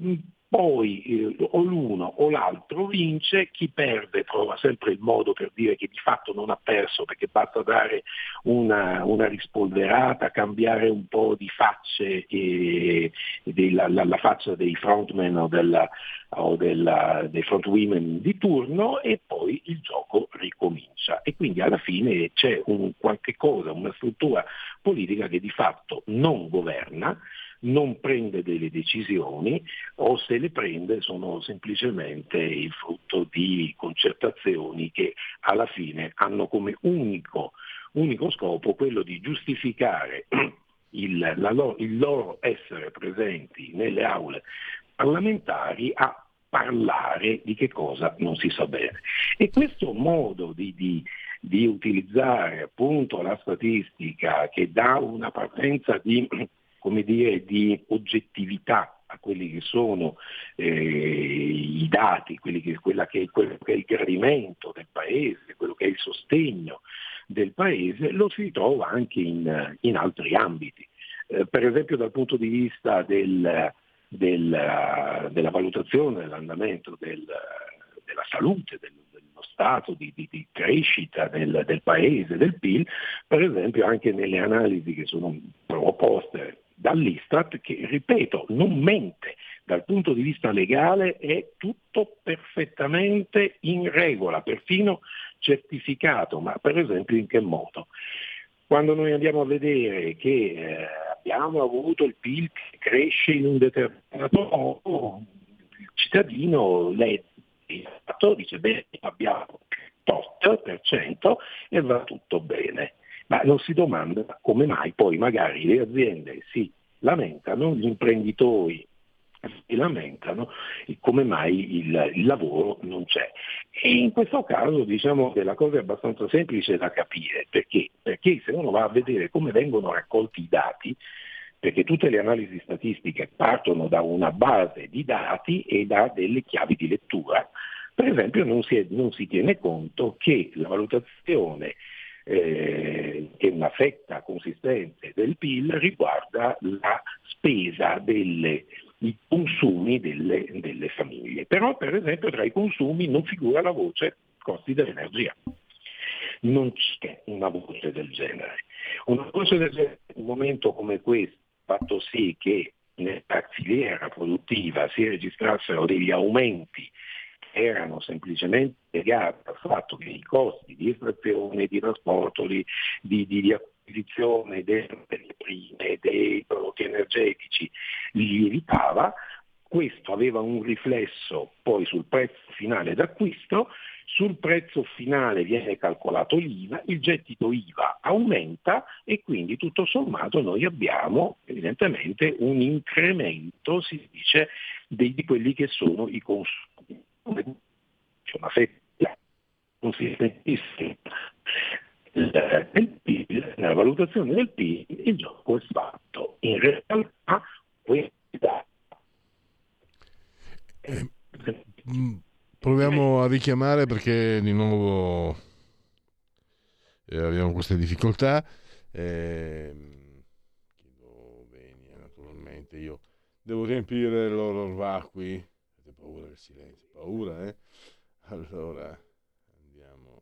Poi eh, o l'uno o l'altro vince, chi perde trova sempre il modo per dire che di fatto non ha perso, perché basta dare una, una rispolverata, cambiare un po' di facce, e, e la, la, la faccia dei frontmen o, della, o della, dei frontwomen di turno, e poi il gioco ricomincia. E quindi alla fine c'è un qualche cosa, una struttura politica che di fatto non governa, non prende delle decisioni, o se le prende sono semplicemente il frutto di concertazioni che alla fine hanno come unico, unico scopo quello di giustificare il, la loro, il loro essere presenti nelle aule parlamentari a parlare di che cosa non si sa bene. E questo modo di, di, di utilizzare appunto la statistica che dà una partenza di, come dire, di oggettività a quelli che sono eh, i dati, quelli che, quella che è, quello che è il gradimento del paese, quello che è il sostegno del paese, lo si trova anche in, in altri ambiti. Eh, per esempio dal punto di vista del, del, della valutazione dell'andamento del, della salute, del, dello stato di, di, di crescita del, del paese, del P I L, per esempio anche nelle analisi che sono proposte dall'Istat, che ripeto non mente, dal punto di vista legale è tutto perfettamente in regola, perfino certificato, ma per esempio in che modo? Quando noi andiamo a vedere che eh, abbiamo avuto il P I L che cresce in un determinato modo, il cittadino legge, dice bene, abbiamo tot per cento e va tutto bene. Ma non si domanda come mai poi magari le aziende si lamentano, gli imprenditori si lamentano e come mai il, il lavoro non c'è. E in questo caso diciamo che la cosa è abbastanza semplice da capire, perché? Perché se uno va a vedere come vengono raccolti i dati, perché tutte le analisi statistiche partono da una base di dati e da delle chiavi di lettura, per esempio non si, è, non si tiene conto che la valutazione Eh, che una fetta consistente del P I L riguarda la spesa delle, i consumi delle, delle famiglie. Però per esempio tra i consumi non figura la voce costi dell'energia. Non c'è una voce del genere. Una voce del genere in un momento come questo ha fatto sì che nella filiera produttiva si registrassero degli aumenti erano semplicemente legati al fatto che i costi di estrazione, di trasporto, di, di, di, di acquisizione delle prime, dei prodotti energetici lievitava. Questo aveva un riflesso poi sul prezzo finale d'acquisto, sul prezzo finale viene calcolato l'I V A, il gettito I V A aumenta e quindi tutto sommato noi abbiamo evidentemente un incremento, si dice, di, di quelli che sono i consumi. C'è una fetta consistentissima del P I L, nella valutazione del P I L il gioco è fatto. In realtà questa eh, proviamo a richiamare perché di nuovo eh, abbiamo queste difficoltà. Eh, naturalmente io devo riempire loro vacui. Avete paura del silenzio? Paura, eh? Allora, andiamo.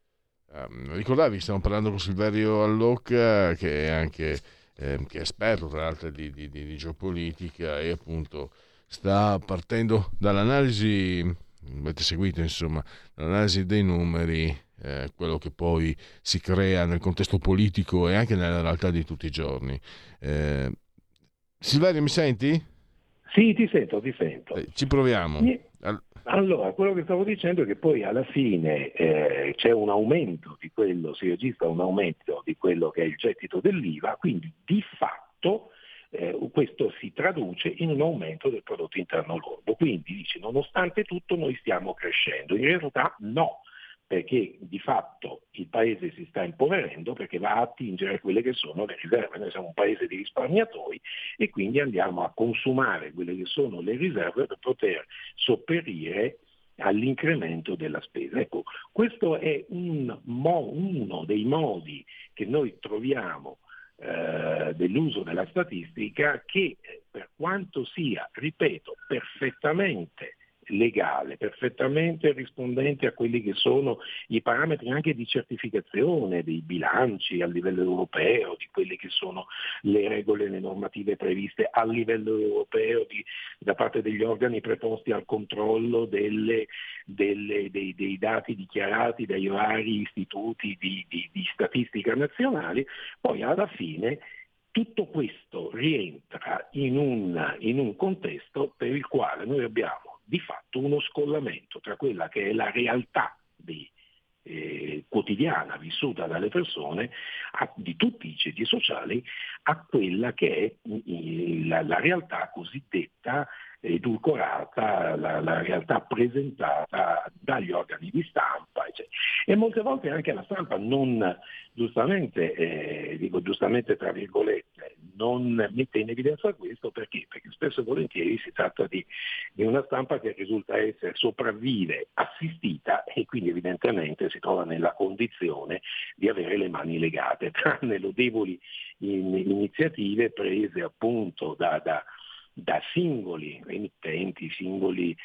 Um, ricordavi, stiamo parlando con Silverio Allocca, che è anche eh, che è esperto, tra l'altro, di, di, di, di geopolitica e appunto sta partendo dall'analisi, avete seguito, insomma, l'analisi dei numeri, eh, quello che poi si crea nel contesto politico e anche nella realtà di tutti i giorni. Eh, Silverio, mi senti? Sì, ti sento, ti sento. Eh, ci proviamo. Allora, quello che stavo dicendo è che poi alla fine eh, c'è un aumento di quello, si registra un aumento di quello che è il gettito dell'I V A, quindi di fatto eh, questo si traduce in un aumento del prodotto interno lordo. Quindi dice, nonostante tutto noi stiamo crescendo. In realtà no, perché di fatto il paese si sta impoverendo perché va a attingere quelle che sono le riserve. Noi siamo un paese di risparmiatori e quindi andiamo a consumare quelle che sono le riserve per poter sopperire all'incremento della spesa. Ecco, questo è un mo- uno dei modi che noi troviamo eh, dell'uso della statistica che, per quanto sia, ripeto, perfettamente legale, perfettamente rispondente a quelli che sono i parametri anche di certificazione dei bilanci a livello europeo, di quelle che sono le regole e le normative previste a livello europeo di, da parte degli organi preposti al controllo delle, delle, dei, dei dati dichiarati dai vari istituti di, di, di statistica nazionali, poi alla fine tutto questo rientra in un, in un contesto per il quale noi abbiamo di fatto uno scollamento tra quella che è la realtà di, eh, quotidiana vissuta dalle persone, a, di tutti i ceti sociali, a quella che è eh, la, la realtà cosiddetta edulcorata, la, la realtà presentata dagli organi di stampa, eccetera. E molte volte anche la stampa non, giustamente, eh, dico giustamente tra virgolette, non mette in evidenza questo perché? Perché spesso e volentieri si tratta di, di una stampa che risulta essere sopravvive assistita e quindi evidentemente si trova nella condizione di avere le mani legate, tranne lodevoli in, iniziative prese appunto da, da da singoli emittenti, singoli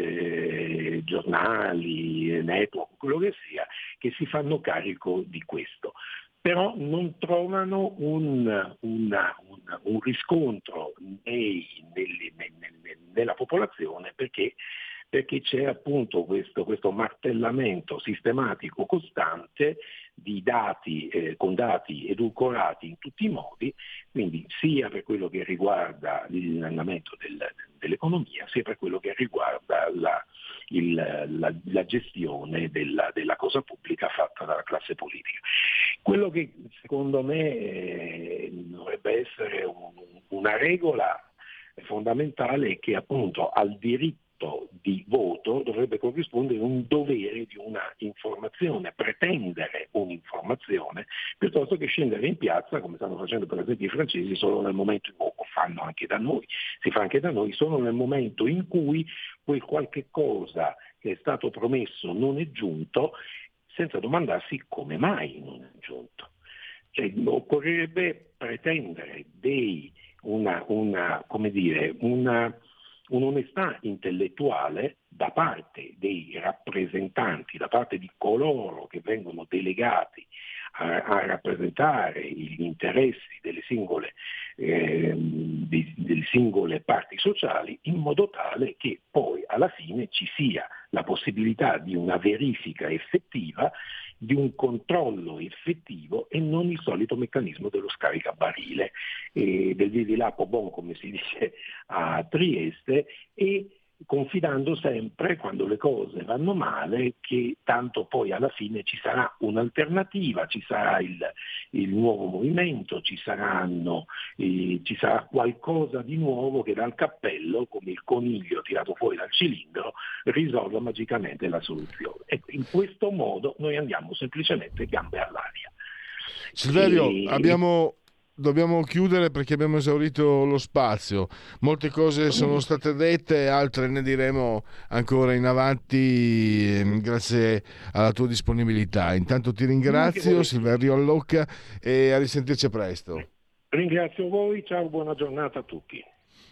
eh, giornali, network, quello che sia, che si fanno carico di questo. Però non trovano un, una, un, un riscontro nei, nei, nei, nella popolazione perché, perché c'è appunto questo, questo martellamento sistematico costante di dati, eh, con dati edulcorati in tutti i modi, quindi sia per quello che riguarda l'andamento del, dell'economia, sia per quello che riguarda la, il, la, la gestione della, della cosa pubblica fatta dalla classe politica. Quello che secondo me eh, dovrebbe essere un, una regola fondamentale è che appunto al diritto di voto dovrebbe corrispondere un dovere di una informazione, pretendere un'informazione, piuttosto che scendere in piazza, come stanno facendo per esempio i francesi, solo nel momento in cui, o fanno anche da noi, si fa anche da noi, solo nel momento in cui quel qualche cosa che è stato promesso non è giunto, senza domandarsi come mai non è giunto. Cioè, occorrerebbe pretendere dei, una, una, come dire, una un'onestà intellettuale da parte dei rappresentanti, da parte di coloro che vengono delegati a, a rappresentare gli interessi delle singole, eh, di, delle singole parti sociali, in modo tale che poi alla fine ci sia la possibilità di una verifica effettiva, di un controllo effettivo e non il solito meccanismo dello scaricabarile, eh, del vivilapo bon, come si dice a Trieste, e confidando sempre, quando le cose vanno male, che tanto poi alla fine ci sarà un'alternativa, ci sarà il, il nuovo movimento, ci saranno, eh, ci sarà qualcosa di nuovo che dal cappello, come il coniglio tirato fuori dal cilindro, risolva magicamente la soluzione. E in questo modo noi andiamo semplicemente gambe all'aria. Silverio, e... abbiamo... dobbiamo chiudere perché abbiamo esaurito lo spazio. Molte cose sono state dette, altre ne diremo ancora in avanti, grazie alla tua disponibilità. Intanto ti ringrazio, Silverio Allocca, e a risentirci presto. Ringrazio voi, ciao, buona giornata a tutti.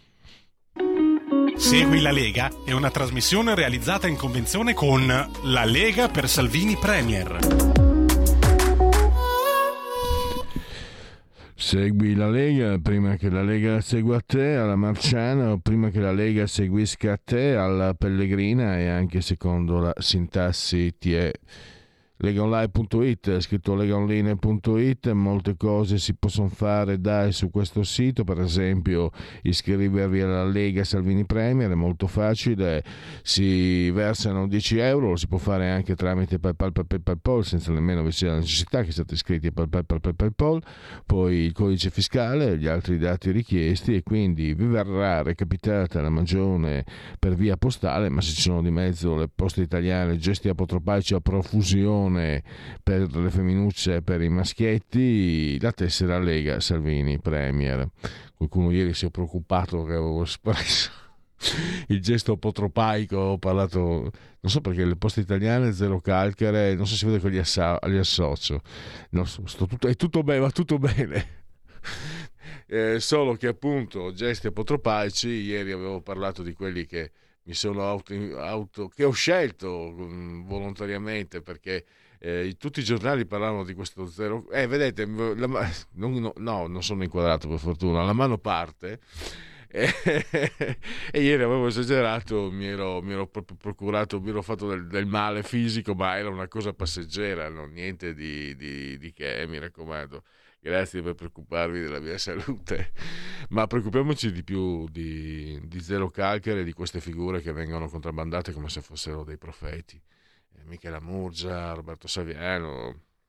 Segui la Lega è una trasmissione realizzata in convenzione con La Lega per Salvini Premier. Segui la Lega prima che la Lega segua te, alla Marciana, o prima che la Lega seguisca te, alla Pellegrina, e anche secondo la sintassi ti è legaonline punto it, è scritto legaonline punto it. Molte cose si possono fare dai su questo sito, per esempio iscrivervi alla Lega Salvini Premier, è molto facile, si versano dieci euro, lo si può fare anche tramite PayPal, PayPal, PayPal, senza nemmeno vi sia la necessità che siate iscritti a PayPal, PayPal, PayPal, poi il codice fiscale, gli altri dati richiesti, e quindi vi verrà recapitata la magione per via postale, ma se ci sono di mezzo le poste italiane, gesti apotropaici a profusione per le femminucce e per i maschietti, la tessera Lega Salvini Premier. Qualcuno ieri si è preoccupato che avevo espresso il gesto apotropaico, ho parlato, non so perché le poste italiane zero calcare, non so se vede che li, assa- li associo, no, sto tutto, è tutto bene, va tutto bene. Eh, solo che appunto gesti apotropaici, ieri avevo parlato di quelli che mi sono auto, auto che ho scelto mh, volontariamente, perché eh, tutti i giornali parlavano di questo zero, eh vedete la, non, no, no non sono inquadrato per fortuna, la mano parte e, e ieri avevo esagerato, mi ero, mi ero proprio procurato, mi ero fatto del, del male fisico, ma era una cosa passeggera, no? Niente di, di, di che, mi raccomando. Grazie per preoccuparvi della mia salute, ma preoccupiamoci di più di, di zero calcare, di queste figure che vengono contrabbandate come se fossero dei profeti. Eh, Michela Murgia, Roberto Saviano,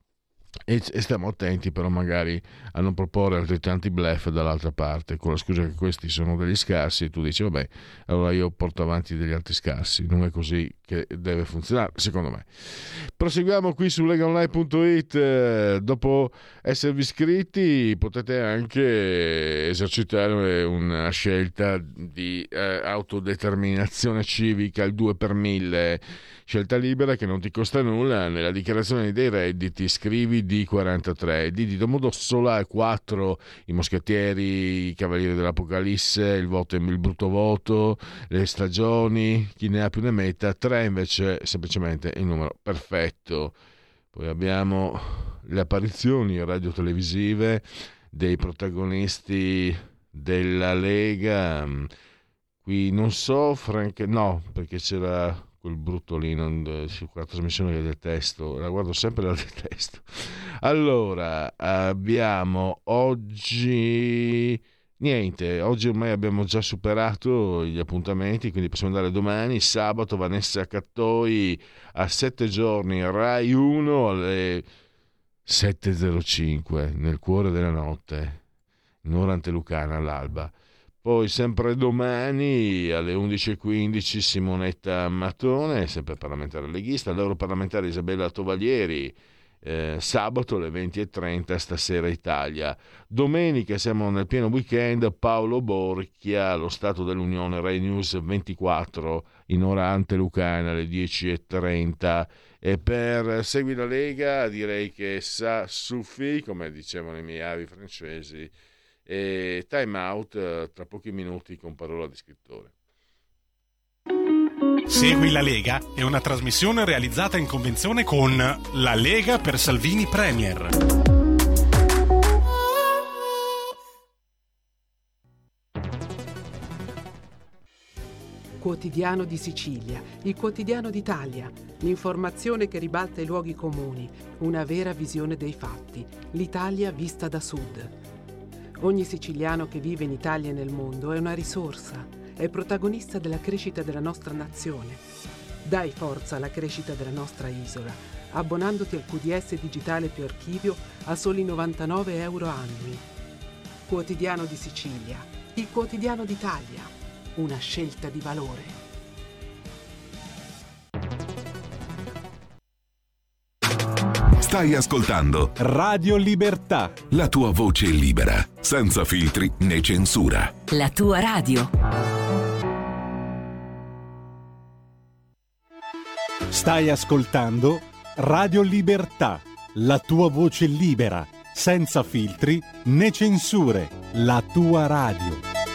e, e stiamo attenti però magari a non proporre altrettanti bluff dall'altra parte, con la scusa che questi sono degli scarsi, e tu dici vabbè, allora io porto avanti degli altri scarsi. Non è così che deve funzionare, secondo me. Proseguiamo qui su legaonline punto it. Eh, dopo esservi iscritti potete anche esercitare una scelta di eh, autodeterminazione civica, il due per mille, scelta libera che non ti costa nulla. Nella dichiarazione dei redditi scrivi D quarantatré, D di Domodossola, quattro i moschettieri, i cavalieri dell'Apocalisse, il voto il brutto voto, le stagioni, chi ne ha più ne metta, tre invece semplicemente il numero perfetto. Poi abbiamo le apparizioni radio-televisive dei protagonisti della Lega. Qui non so, Frank, no, perché c'era quel brutto lì, non, su quella trasmissione che detesto, la guardo sempre e la detesto. Allora, abbiamo oggi... Niente, oggi ormai abbiamo già superato gli appuntamenti, quindi possiamo andare domani, sabato, Vanessa Cattoi a sette giorni, Rai uno alle sette e zero cinque, nel cuore della notte, in ora antelucana all'alba. Poi sempre domani alle undici e quindici Simonetta Mattone, sempre parlamentare leghista, l'europarlamentare Isabella Tovaglieri. Eh, sabato alle venti e trenta Stasera Italia. Domenica siamo nel pieno weekend, Paolo Borchia, lo Stato dell'Unione, Rai News ventiquattro in ora antelucana alle dieci e trenta. E per Segui la Lega direi che sa suffi, come dicevano i miei avi francesi, e time out tra pochi minuti con parola di scrittore. Segui la Lega è una trasmissione realizzata in convenzione con La Lega per Salvini Premier. Quotidiano di Sicilia, il quotidiano d'Italia, l'informazione che ribalta i luoghi comuni, una vera visione dei fatti, l'Italia vista da sud. Ogni siciliano che vive in Italia e nel mondo è una risorsa. È protagonista della crescita della nostra nazione. Dai forza alla crescita della nostra isola, abbonandoti al Q D S digitale più archivio a soli novantanove euro annui. Quotidiano di Sicilia, il quotidiano d'Italia, una scelta di valore. Stai ascoltando Radio Libertà, la tua voce libera, senza filtri né censura. La tua radio. Stai ascoltando Radio Libertà, la tua voce libera, senza filtri né censure, la tua radio.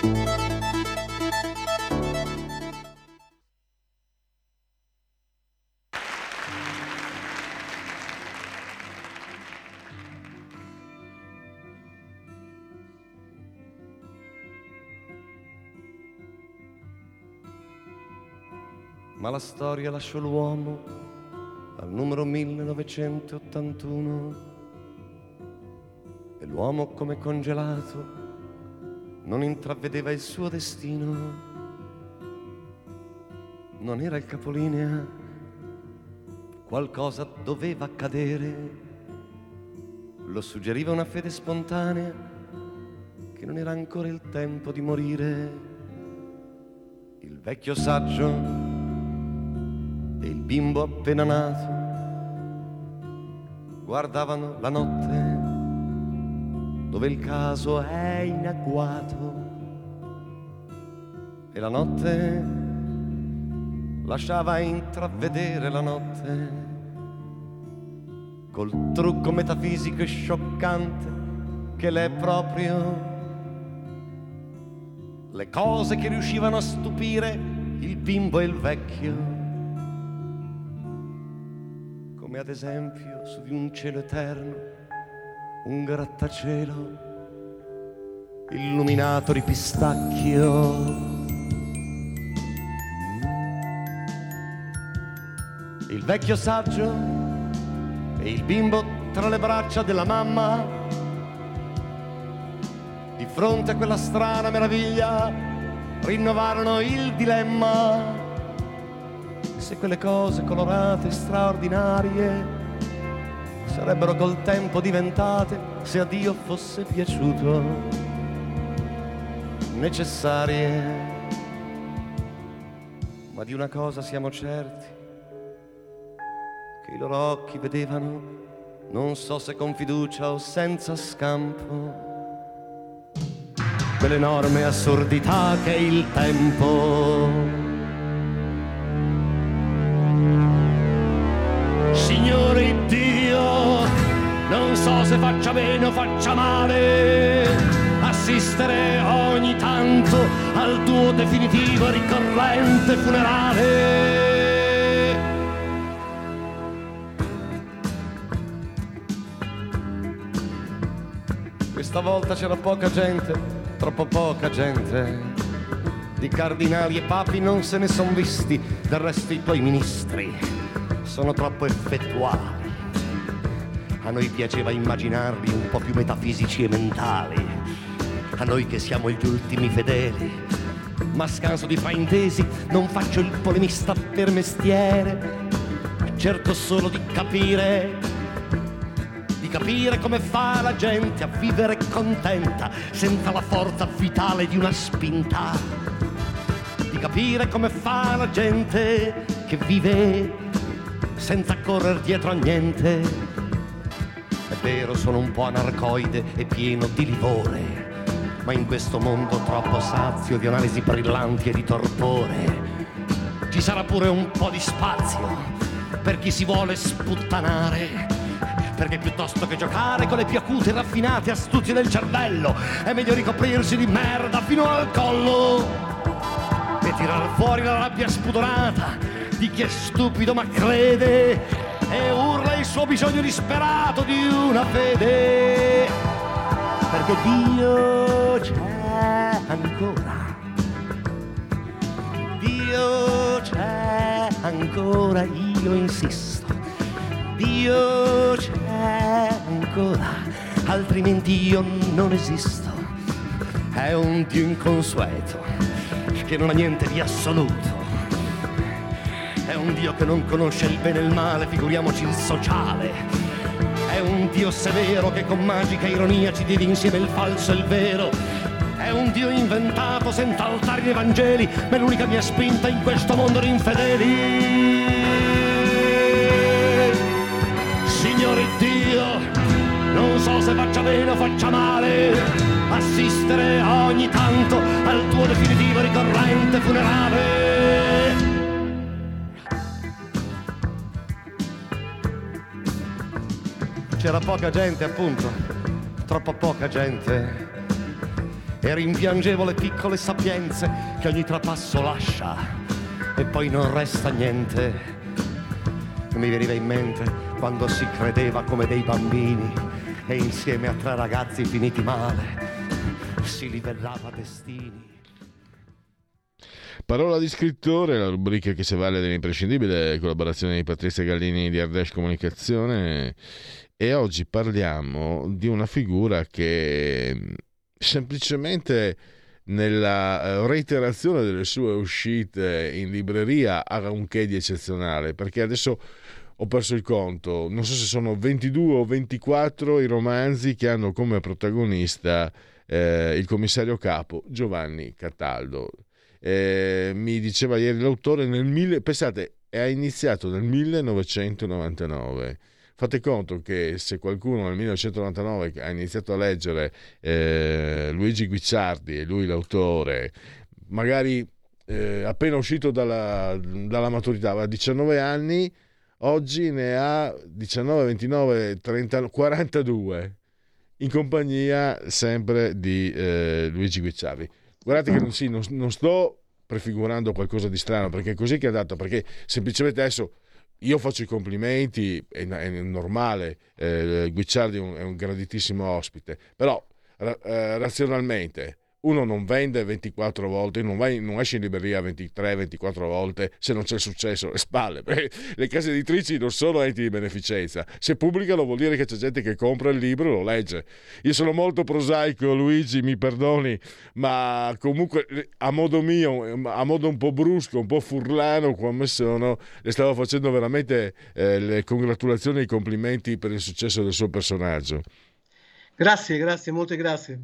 Ma la storia lasciò l'uomo al numero millenovecentottantuno e l'uomo come congelato non intravedeva il suo destino. Non era il capolinea, qualcosa doveva accadere, lo suggeriva una fede spontanea che non era ancora il tempo di morire. Il vecchio saggio e il bimbo appena nato guardavano la notte dove il caso è in agguato e la notte lasciava intravedere la notte col trucco metafisico e scioccante che l'è proprio le cose che riuscivano a stupire il bimbo e il vecchio, come ad esempio su di un cielo eterno un grattacielo illuminato di pistacchio. Il vecchio saggio e il bimbo tra le braccia della mamma, di fronte a quella strana meraviglia, rinnovarono il dilemma. Se quelle cose colorate e straordinarie sarebbero col tempo diventate, se a Dio fosse piaciuto, necessarie. Ma di una cosa siamo certi, che i loro occhi vedevano, non so se con fiducia o senza scampo, quell'enorme assurdità che è il tempo. Signore Dio, non so se faccia bene o faccia male assistere ogni tanto al tuo definitivo ricorrente funerale. Questa volta c'era poca gente, troppo poca gente. Di cardinali e papi non se ne son visti, del resto i tuoi ministri sono troppo effettuali. A noi piaceva immaginarli un po' più metafisici e mentali, a noi che siamo gli ultimi fedeli. Ma scanso di fraintesi, non faccio il polemista per mestiere, cerco solo di capire, di capire come fa la gente a vivere contenta senza la forza vitale di una spinta, di capire come fa la gente che vive senza correre dietro a niente. È vero, sono un po' anarcoide e pieno di livore, ma in questo mondo troppo sazio di analisi brillanti e di torpore ci sarà pure un po' di spazio per chi si vuole sputtanare, perché piuttosto che giocare con le più acute e raffinate astuzie del cervello è meglio ricoprirsi di merda fino al collo e tirar fuori la rabbia spudorata di chi è stupido ma crede e urla il suo bisogno disperato di una fede, perché Dio c'è ancora, Dio c'è ancora, io insisto, Dio c'è ancora, altrimenti io non esisto. È un Dio inconsueto che non ha niente di assoluto, è un Dio che non conosce il bene e il male, figuriamoci il sociale. È un Dio severo che con magica ironia ci divide insieme il falso e il vero. È un Dio inventato senza altari né Vangeli, ma è l'unica mia spinta in questo mondo di infedeli. Signore Dio, non so se faccia bene o faccia male assistere ogni tanto al tuo definitivo ricorrente funerale. C'era poca gente, appunto, troppo poca gente, e rimpiangevo le piccole sapienze che ogni trapasso lascia e poi non resta niente. Mi veniva in mente quando si credeva come dei bambini e insieme a tre ragazzi finiti male si livellava destini. Parola di scrittore, la rubrica che si vale dell'imprescindibile collaborazione di Patrizia Gallini di Ardèche Comunicazione. E oggi parliamo di una figura che semplicemente nella reiterazione delle sue uscite in libreria ha un che di eccezionale, perché adesso ho perso il conto, non so se sono ventidue o ventiquattro i romanzi che hanno come protagonista eh, il commissario capo Giovanni Cataldo. Eh, mi diceva ieri l'autore, nel mille, pensate, ha iniziato nel millenovecentonovantanove. Fate conto che se qualcuno nel millenovecentonovantanove ha iniziato a leggere eh, Luigi Guicciardi, e lui l'autore, magari eh, appena uscito dalla, dalla maturità, aveva diciannove anni, oggi ne ha diciannove, ventinove, trenta, quarantadue, in compagnia sempre di eh, Luigi Guicciardi. Guardate che non, sì, non, non sto prefigurando qualcosa di strano, perché è così che è dato, perché semplicemente adesso io faccio i complimenti, è, è normale, eh, Guicciardi è un, è un graditissimo ospite, però ra, eh, razionalmente uno non vende ventiquattro volte, non, vai, non esce in libreria ventitré ventiquattro volte se non c'è il successo alle spalle. Le case editrici non sono enti di beneficenza, se pubblicano vuol dire che c'è gente che compra il libro e lo legge. Io sono molto prosaico, Luigi, mi perdoni, ma comunque a modo mio, a modo un po' brusco, un po' furlano come sono, le stavo facendo veramente eh, le congratulazioni e i complimenti per il successo del suo personaggio. Grazie, grazie, molte grazie.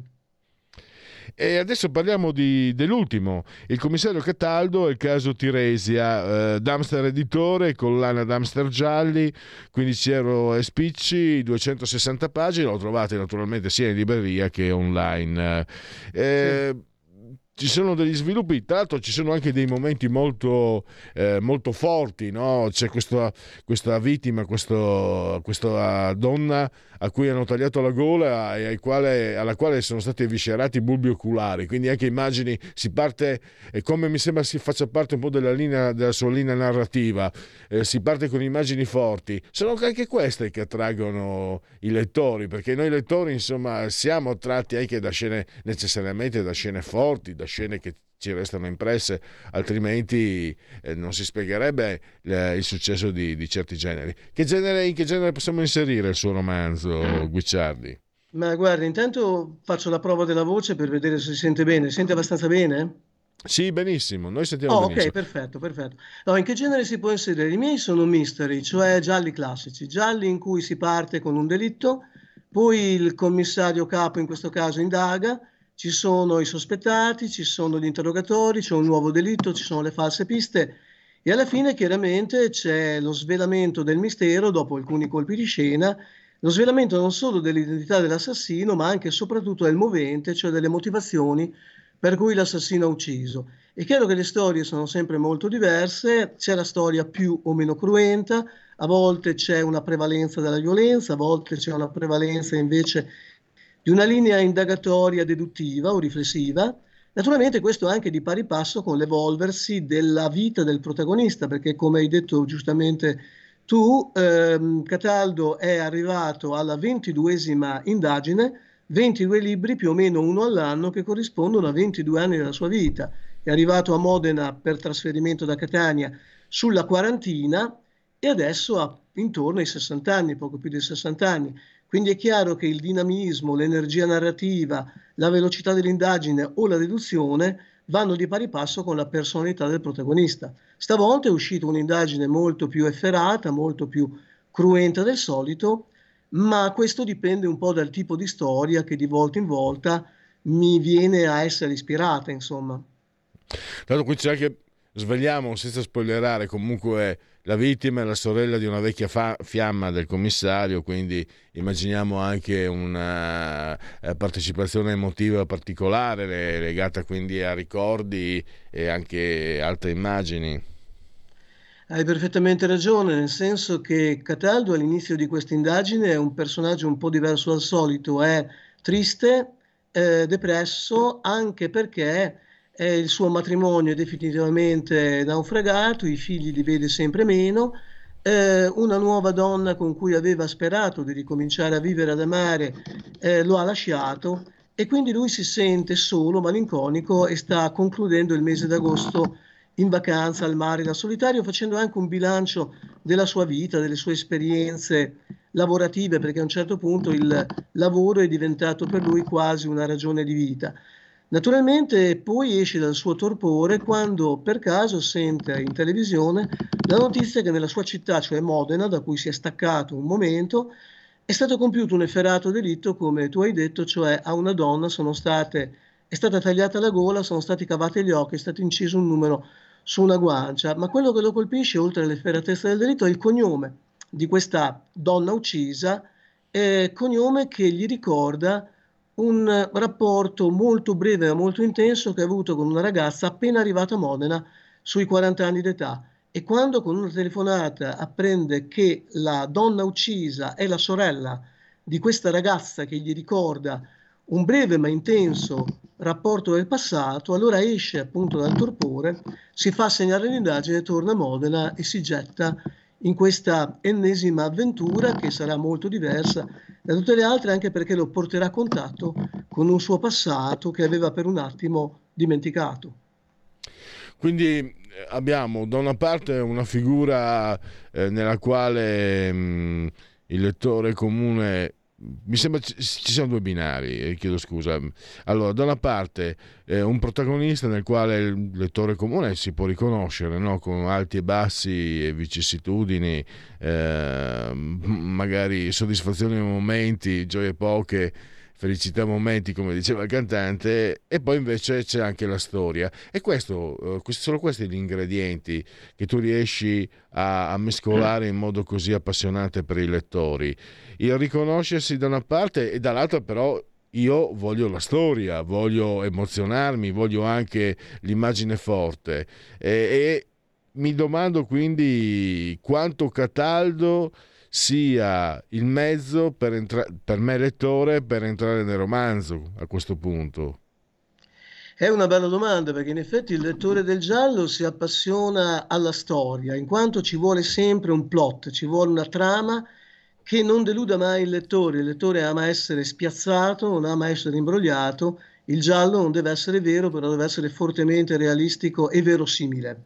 E adesso parliamo di, dell'ultimo, il commissario Cataldo e il caso Tiresia, eh, Dumpster editore, collana Dumpster gialli, quindici euro e spicci, duecentosessanta pagine, lo trovate naturalmente sia in libreria che online. Eh, sì. Ci sono degli sviluppi, tra l'altro ci sono anche dei momenti molto, eh, molto forti, no? C'è questa, questa vittima, questo, questa donna a cui hanno tagliato la gola e ai quale, alla quale sono stati eviscerati i bulbi oculari, quindi anche immagini, si parte, e come mi sembra si faccia parte un po' della, linea, della sua linea narrativa, eh, si parte con immagini forti, sono anche queste che attraggono i lettori, perché noi lettori insomma siamo attratti anche da scene, necessariamente da scene forti, da scene che ci restano impresse, altrimenti eh, non si spiegherebbe eh, il successo di, di certi generi. Che genere, in che genere possiamo inserire il suo romanzo, Guicciardi? Ma guarda, intanto faccio la prova della voce per vedere se si sente bene. Si sente abbastanza bene? Sì, benissimo, noi sentiamo oh, benissimo. Ok, perfetto, perfetto. Allora, in che genere si può inserire? I miei sono mystery, cioè gialli classici, gialli in cui si parte con un delitto, poi il commissario capo in questo caso indaga, ci sono i sospettati, ci sono gli interrogatori, c'è un nuovo delitto, ci sono le false piste e alla fine chiaramente c'è lo svelamento del mistero dopo alcuni colpi di scena, lo svelamento non solo dell'identità dell'assassino ma anche e soprattutto del movente, cioè delle motivazioni per cui l'assassino ha ucciso. È chiaro che le storie sono sempre molto diverse, c'è la storia più o meno cruenta, a volte c'è una prevalenza della violenza, a volte c'è una prevalenza invece di una linea indagatoria deduttiva o riflessiva. Naturalmente questo anche di pari passo con l'evolversi della vita del protagonista, perché come hai detto giustamente tu, ehm, Cataldo è arrivato alla ventiduesima indagine, ventidue libri più o meno uno all'anno che corrispondono a ventidue anni della sua vita. È arrivato a Modena per trasferimento da Catania sulla quarantina e adesso ha intorno ai sessanta anni, poco più di sessanta anni. Quindi è chiaro che il dinamismo, l'energia narrativa, la velocità dell'indagine o la deduzione vanno di pari passo con la personalità del protagonista. Stavolta è uscita un'indagine molto più efferata, molto più cruenta del solito, ma questo dipende un po' dal tipo di storia che di volta in volta mi viene a essere ispirata, insomma. Tanto qui c'è anche, svegliamo senza spoilerare, comunque la vittima è la sorella di una vecchia fa- fiamma del commissario, quindi immaginiamo anche una eh, partecipazione emotiva particolare legata quindi a ricordi e anche altre immagini. Hai perfettamente ragione, nel senso che Cataldo all'inizio di questa indagine è un personaggio un po' diverso dal solito, è triste, eh, depresso, anche perché eh, il suo matrimonio è definitivamente naufragato, i figli li vede sempre meno, eh, una nuova donna con cui aveva sperato di ricominciare a vivere ad amare eh, lo ha lasciato e quindi lui si sente solo, malinconico e sta concludendo il mese d'agosto in vacanza al mare da solitario, facendo anche un bilancio della sua vita, delle sue esperienze lavorative, perché a un certo punto il lavoro è diventato per lui quasi una ragione di vita. Naturalmente poi esce dal suo torpore quando per caso sente in televisione la notizia che nella sua città, cioè Modena, da cui si è staccato un momento, è stato compiuto un efferato delitto, come tu hai detto, cioè a una donna sono state, è stata tagliata la gola, sono stati cavati gli occhi, è stato inciso un numero su una guancia, ma quello che lo colpisce, oltre all'efferatezza del delitto, è il cognome di questa donna uccisa, eh, cognome che gli ricorda un rapporto molto breve ma molto intenso che ha avuto con una ragazza appena arrivata a Modena sui quaranta anni d'età, e quando con una telefonata apprende che la donna uccisa è la sorella di questa ragazza che gli ricorda un breve ma intenso rapporto del passato, allora esce appunto dal torpore, si fa segnare l'indagine, torna a Modena e si getta in questa ennesima avventura che sarà molto diversa da tutte le altre, anche perché lo porterà a contatto con un suo passato che aveva per un attimo dimenticato. Quindi abbiamo da una parte una figura eh, nella quale mh, il lettore comune, mi sembra ci siano due binari, eh, chiedo scusa. Allora, da una parte eh, un protagonista nel quale il lettore comune si può riconoscere, no? Con alti e bassi e vicissitudini, eh, magari soddisfazioni nei momenti, gioie poche, felicità momenti, come diceva il cantante, e poi invece c'è anche la storia. E questo, eh, sono questi gli ingredienti che tu riesci a, a mescolare in modo così appassionante per i lettori. Il riconoscersi da una parte e dall'altra però io voglio la storia, voglio emozionarmi, voglio anche l'immagine forte. E, e mi domando quindi quanto Cataldo sia il mezzo per, entra- per me lettore per entrare nel romanzo a questo punto. È una bella domanda, perché in effetti il lettore del giallo si appassiona alla storia, in quanto ci vuole sempre un plot, ci vuole una trama che non deluda mai il lettore. Il lettore ama essere spiazzato, non ama essere imbrogliato. Il giallo non deve essere vero, però deve essere fortemente realistico e verosimile.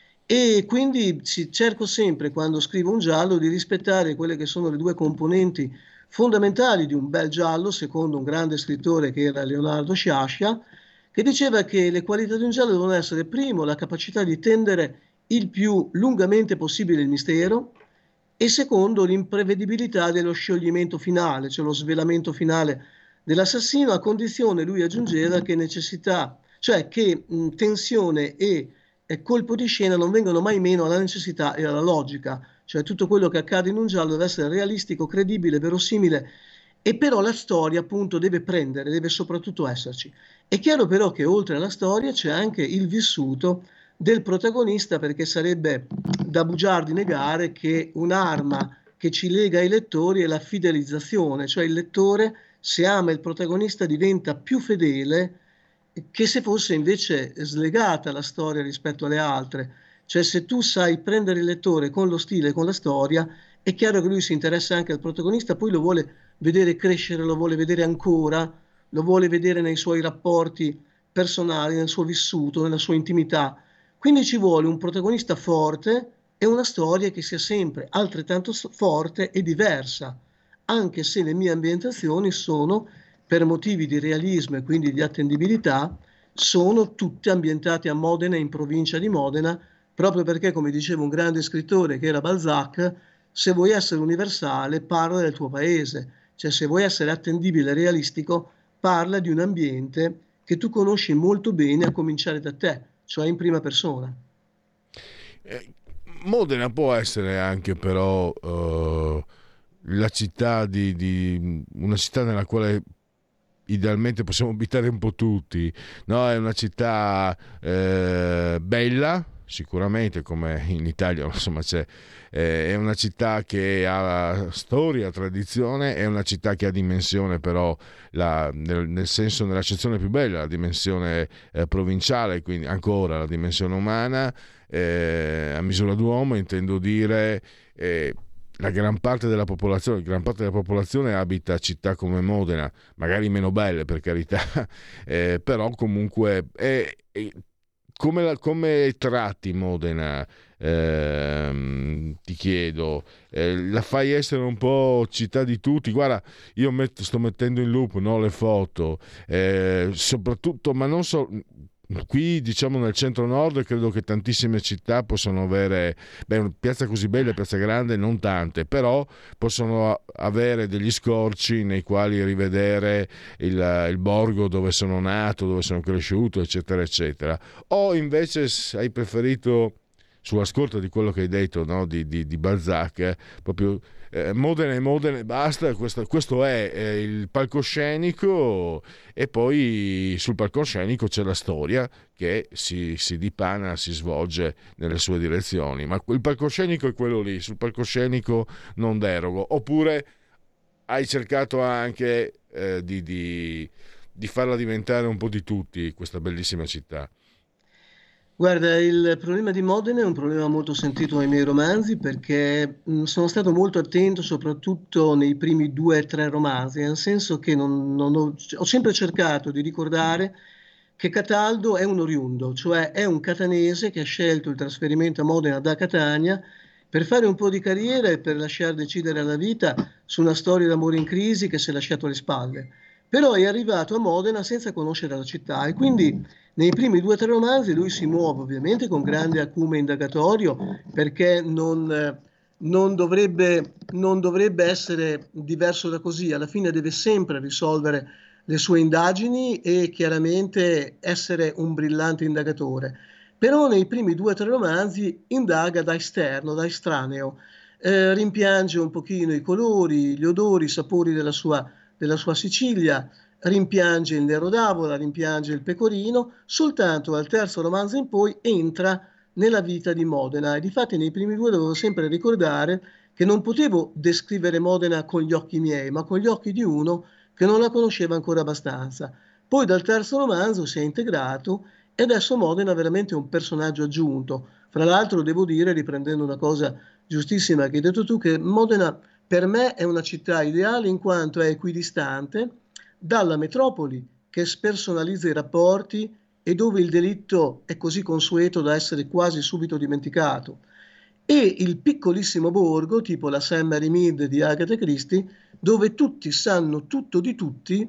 E quindi cerco sempre, quando scrivo un giallo, di rispettare quelle che sono le due componenti fondamentali di un bel giallo, secondo un grande scrittore che era Leonardo Sciascia, che diceva che le qualità di un giallo devono essere: primo, la capacità di tendere il più lungamente possibile il mistero, e secondo, l'imprevedibilità dello scioglimento finale, cioè lo svelamento finale dell'assassino, a condizione, lui aggiungeva, che necessità, cioè che mh, tensione e e colpo di scena non vengono mai meno alla necessità e alla logica, cioè tutto quello che accade in un giallo deve essere realistico, credibile, verosimile, e però la storia appunto deve prendere, deve soprattutto esserci. È chiaro però che oltre alla storia c'è anche il vissuto del protagonista, perché sarebbe da bugiardi negare che un'arma che ci lega ai lettori è la fidelizzazione, cioè il lettore, se ama il protagonista, diventa più fedele che se fosse invece slegata la storia rispetto alle altre. Cioè, se tu sai prendere il lettore con lo stile, con la storia, è chiaro che lui si interessa anche al protagonista, poi lo vuole vedere crescere, lo vuole vedere ancora, lo vuole vedere nei suoi rapporti personali, nel suo vissuto, nella sua intimità. Quindi ci vuole un protagonista forte e una storia che sia sempre altrettanto forte e diversa, anche se le mie ambientazioni sono, per motivi di realismo e quindi di attendibilità, sono tutte ambientate a Modena, in provincia di Modena, proprio perché, come diceva un grande scrittore che era Balzac, se vuoi essere universale parla del tuo paese, cioè se vuoi essere attendibile e realistico parla di un ambiente che tu conosci molto bene, a cominciare da te, cioè in prima persona. Eh, Modena può essere anche però uh, la città di, di una città nella quale idealmente possiamo abitare un po' tutti, no? È una città eh, bella, sicuramente, come in Italia, insomma, c'è, eh, è una città che ha storia, tradizione, è una città che ha dimensione, però la, nel, nel senso, nell'accezione più bella, la dimensione eh, provinciale, quindi ancora la dimensione umana, eh, a misura d'uomo, intendo dire. Eh, La gran parte della popolazione, gran parte della popolazione abita città come Modena, magari meno belle per carità, eh, però comunque è, è, come, la, come tratti Modena, eh, ti chiedo, eh, la fai essere un po' città di tutti? Guarda, io metto, sto mettendo in loop, no, le foto, eh, soprattutto, ma non so. Qui, diciamo, nel centro-nord credo che tantissime città possono avere, beh, una piazza così bella, piazza grande, non tante, però possono avere degli scorci nei quali rivedere il, il borgo dove sono nato, dove sono cresciuto, eccetera, eccetera. O invece hai preferito, sulla scorta di quello che hai detto, no, di, di, di Balzac, eh, proprio eh, Modena e Modena e basta, questo, questo è eh, il palcoscenico, e poi sul palcoscenico c'è la storia che si, si dipana, si svolge nelle sue direzioni, ma il palcoscenico è quello lì, sul palcoscenico non derogo. Oppure hai cercato anche eh, di, di, di farla diventare un po' di tutti questa bellissima città? Guarda, il problema di Modena è un problema molto sentito nei miei romanzi perché mh, sono stato molto attento soprattutto nei primi due o tre romanzi, nel senso che non, non ho, ho sempre cercato di ricordare che Cataldo è un oriundo, cioè è un catanese che ha scelto il trasferimento a Modena da Catania per fare un po' di carriera e per lasciare decidere alla vita su una storia d'amore in crisi che si è lasciato alle spalle. Però è arrivato a Modena senza conoscere la città e quindi nei primi due o tre romanzi lui si muove ovviamente con grande acume indagatorio perché non, eh, non dovrebbe, non dovrebbe essere diverso da così, alla fine deve sempre risolvere le sue indagini e chiaramente essere un brillante indagatore. Però nei primi due o tre romanzi indaga da esterno, da estraneo, eh, rimpiange un pochino i colori, gli odori, i sapori della sua della sua Sicilia, rimpiange il Nero d'Avola, rimpiange il Pecorino, soltanto al terzo romanzo in poi entra nella vita di Modena e difatti nei primi due dovevo sempre ricordare che non potevo descrivere Modena con gli occhi miei, ma con gli occhi di uno che non la conosceva ancora abbastanza. Poi dal terzo romanzo si è integrato e adesso Modena è veramente un personaggio aggiunto. Fra l'altro devo dire, riprendendo una cosa giustissima che hai detto tu, che Modena per me è una città ideale in quanto è equidistante dalla metropoli che spersonalizza i rapporti e dove il delitto è così consueto da essere quasi subito dimenticato, e il piccolissimo borgo tipo la Saint Mary Mead di Agatha Christie dove tutti sanno tutto di tutti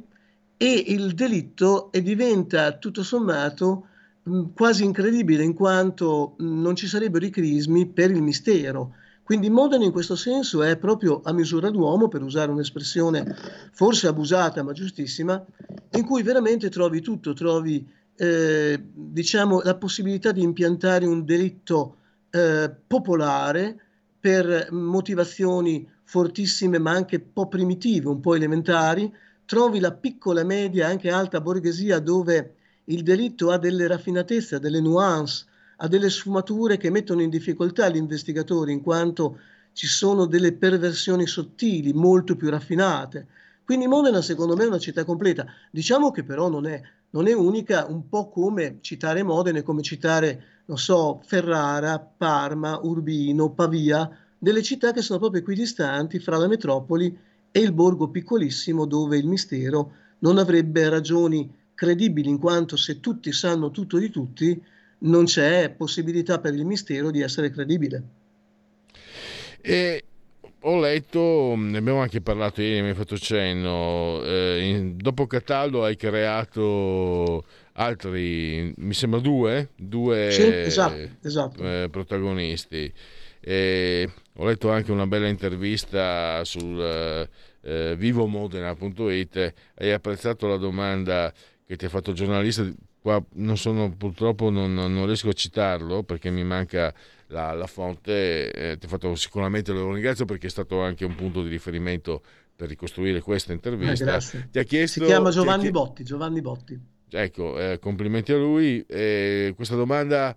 e il delitto e diventa tutto sommato mh, quasi incredibile in quanto mh, non ci sarebbero i crismi per il mistero. Quindi Modena in questo senso è proprio a misura d'uomo, per usare un'espressione forse abusata ma giustissima, in cui veramente trovi tutto, trovi eh, diciamo la possibilità di impiantare un delitto eh, popolare per motivazioni fortissime ma anche un po' primitive, un po' elementari, trovi la piccola, media, anche alta borghesia dove il delitto ha delle raffinatezze, delle nuance, ha delle sfumature che mettono in difficoltà gli investigatori in quanto ci sono delle perversioni sottili, molto più raffinate. Quindi Modena secondo me è una città completa. Diciamo che però non è, non è unica, un po' come citare Modena, come citare, non so, Ferrara, Parma, Urbino, Pavia, delle città che sono proprio equidistanti fra la metropoli e il borgo piccolissimo dove il mistero non avrebbe ragioni credibili in quanto se tutti sanno tutto di tutti non c'è possibilità per il mistero di essere credibile. E ho letto, ne abbiamo anche parlato ieri, mi hai fatto cenno, eh, in, dopo Cataldo hai creato altri, mi sembra due, due sì, esatto, esatto. Eh, protagonisti. E ho letto anche una bella intervista sul eh, vivomodena punto it. Hai apprezzato la domanda che ti ha fatto il giornalista. Qua non sono, purtroppo non, non riesco a citarlo perché mi manca la, la fonte. Eh, ti ho fatto, sicuramente lo ringrazio perché è stato anche un punto di riferimento per ricostruire questa intervista. Eh, ti ha chiesto, si chiama Giovanni chied... Botti Giovanni Botti. Ecco, eh, complimenti a lui. Eh, questa domanda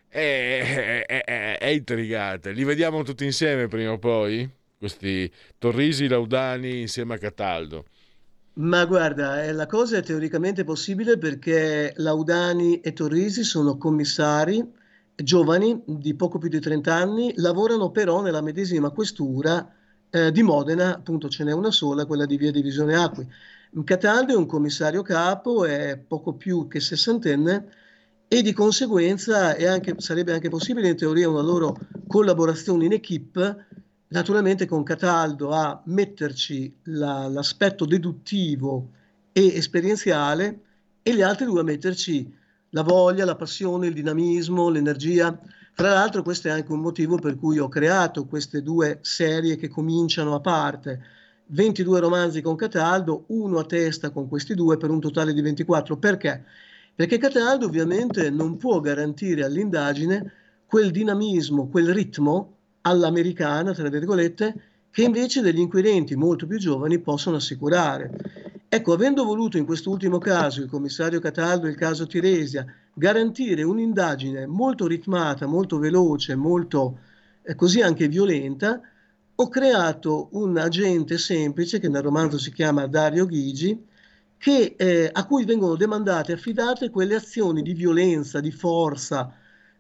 è, è, è, è intrigante. Li vediamo tutti insieme prima o poi? Questi Torrisi, Laudani insieme a Cataldo. Ma guarda, la cosa è teoricamente possibile perché Laudani e Torrisi sono commissari giovani di poco più di trenta anni, lavorano però nella medesima questura eh, di Modena, appunto ce n'è una sola, quella di via Divisione Acqui. Cataldo è un commissario capo, è poco più che sessantenne e di conseguenza è anche, sarebbe anche possibile in teoria una loro collaborazione in equipe, naturalmente con Cataldo a metterci la, l'aspetto deduttivo e esperienziale e gli altri due a metterci la voglia, la passione, il dinamismo, l'energia. Fra l'altro questo è anche un motivo per cui ho creato queste due serie che cominciano a parte, ventidue romanzi con Cataldo, uno a testa con questi due per un totale di ventiquattro. Perché? Perché Cataldo ovviamente non può garantire all'indagine quel dinamismo, quel ritmo all'americana, tra virgolette, che invece degli inquirenti molto più giovani possono assicurare. Ecco, avendo voluto in quest'ultimo caso, il commissario Cataldo e il caso Tiresia, garantire un'indagine molto ritmata, molto veloce, molto eh, così anche violenta, ho creato un agente semplice, che nel romanzo si chiama Dario Ghigi, che, eh, a cui vengono demandate e affidate quelle azioni di violenza, di forza,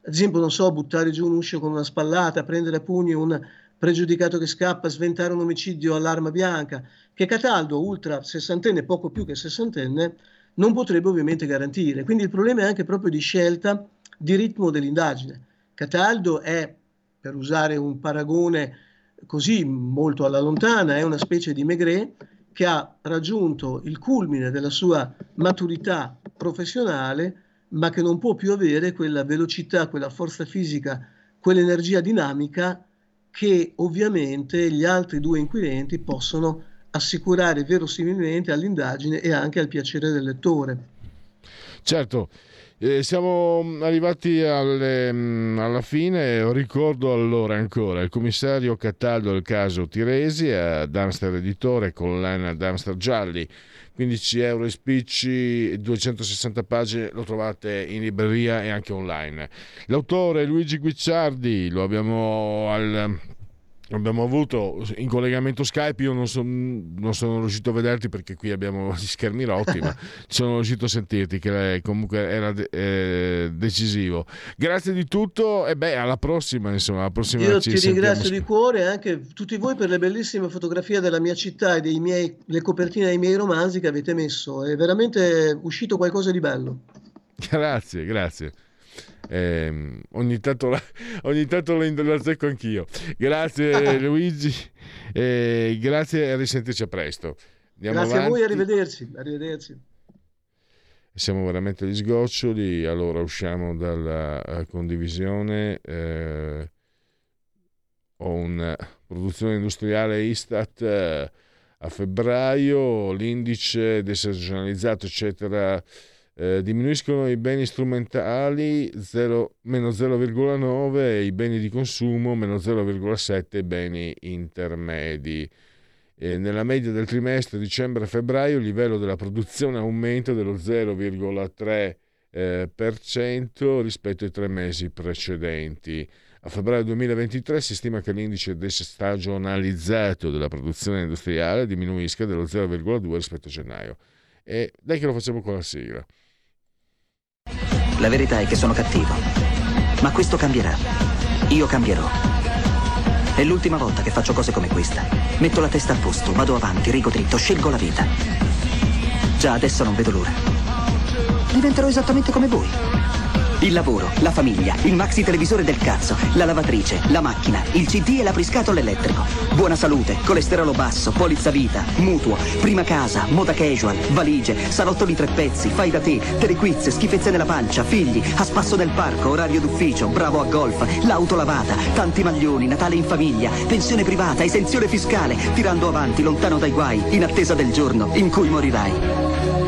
ad esempio, non so, buttare giù un uscio con una spallata, prendere a pugni un pregiudicato che scappa, sventare un omicidio all'arma bianca, che Cataldo, ultra sessantenne, poco più che sessantenne, non potrebbe ovviamente garantire. Quindi il problema è anche proprio di scelta di ritmo dell'indagine. Cataldo è, per usare un paragone così molto alla lontana, è una specie di Maigret che ha raggiunto il culmine della sua maturità professionale, ma che non può più avere quella velocità, quella forza fisica, quell'energia dinamica che ovviamente gli altri due inquirenti possono assicurare verosimilmente all'indagine e anche al piacere del lettore. Certo, eh, siamo arrivati alle, alla fine. Ricordo allora ancora il commissario Cataldo del caso Tiresi, a Damster Editore, collana Damster Gialli, quindici euro e spicci, duecentosessanta pagine, lo trovate in libreria e anche online. L'autore Luigi Guicciardi lo abbiamo al abbiamo avuto in collegamento Skype. Io non, so, non sono riuscito a vederti perché qui abbiamo gli schermi rotti, ma sono riuscito a sentirti, che lei comunque era de- eh, decisivo. Grazie di tutto e beh, alla prossima, insomma, alla prossima. Io ci ti sentiamo. ringrazio di cuore, anche tutti voi, per le bellissime fotografie della mia città e dei miei, le copertine dei miei romanzi che avete messo. È veramente uscito qualcosa di bello. Grazie, grazie. Eh, ogni tanto la, ogni tanto la azzecco anch'io. Grazie Luigi, eh, grazie e a risentirci a presto. Andiamo grazie avanti. a voi, arrivederci, arrivederci. Siamo veramente agli sgoccioli. Allora usciamo dalla uh, condivisione. eh, ho una produzione industriale Istat uh, a febbraio, l'indice desagionalizzato eccetera. Eh, diminuiscono i beni strumentali zero, meno zero virgola nove e i beni di consumo meno zero virgola sette, beni intermedi. Eh, nella media del trimestre dicembre-febbraio il livello della produzione aumenta dello zero virgola tre eh, per cento rispetto ai tre mesi precedenti. A febbraio duemilaventitré si stima che l'indice desagionalizzato della produzione industriale diminuisca dello zero virgola due rispetto a gennaio. E dai che lo facciamo con la sigla. La verità è che sono cattivo, ma questo cambierà. Io cambierò. È l'ultima volta che faccio cose come questa. Metto la testa a posto, vado avanti, rigo dritto, scelgo la vita. Già adesso non vedo l'ora. Diventerò esattamente come voi. Il lavoro, la famiglia, il maxi televisore del cazzo, la lavatrice, la macchina, il C D e l'apriscatole elettrico. Buona salute, colesterolo basso, polizza vita, mutuo, prima casa, moda casual, valigie, salotto di tre pezzi, fai da te, telequiz, schifezze nella pancia, figli, a spasso nel parco, orario d'ufficio, bravo a golf, l'auto lavata, tanti maglioni, Natale in famiglia, pensione privata, esenzione fiscale, tirando avanti, lontano dai guai, in attesa del giorno in cui morirai.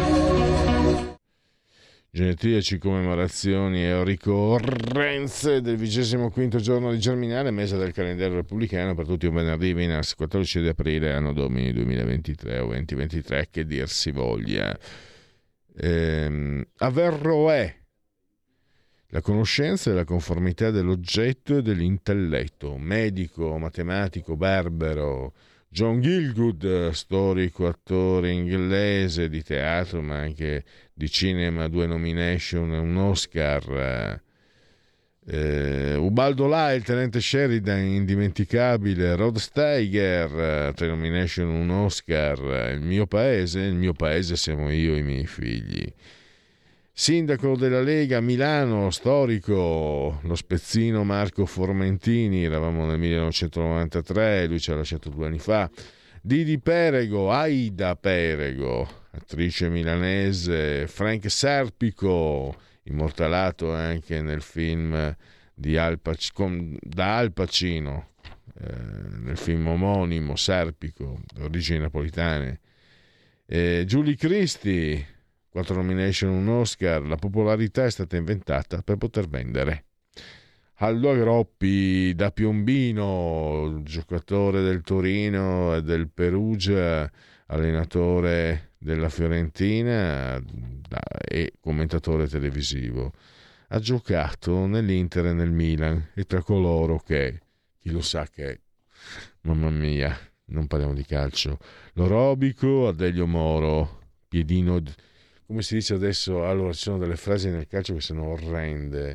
Genetriaci, commemorazioni e ricorrenze del vigesimo quinto giorno di Germinale, mese del calendario repubblicano, per tutti un venerdì, Venus, quattordici di aprile, anno domini duemilaventitré o duemilaventitré, che dir si voglia. Ehm, Averroè, la conoscenza e la conformità dell'oggetto e dell'intelletto, medico, matematico, berbero. John Gielgud, storico, attore inglese di teatro ma anche di cinema, due nomination, un Oscar. Eh, Ubaldo Là, il tenente Sheridan, indimenticabile. Rod Steiger, tre nomination, un Oscar. Il mio paese, il mio paese siamo io e i miei figli. Sindaco della Lega a Milano, storico, lo spezzino Marco Formentini, eravamo nel millenovecentonovantatré, lui ci ha lasciato due anni fa. Didi Perego, Aida Perego, attrice milanese. Frank Serpico, immortalato anche nel film di Al Pac- con, da Al Pacino, eh, nel film omonimo Serpico, origini napolitane. Eh, Julie Christie, quattro nomination, un Oscar. La popolarità è stata inventata per poter vendere. Aldo Agroppi, da Piombino, giocatore del Torino e del Perugia, allenatore della Fiorentina e commentatore televisivo. Ha giocato nell'Inter e nel Milan, e tra coloro che, chi lo sa che, mamma mia, non parliamo di calcio, Lorobico, Adelio Moro, Piedino, come si dice adesso, allora ci sono delle frasi nel calcio che sono orrende,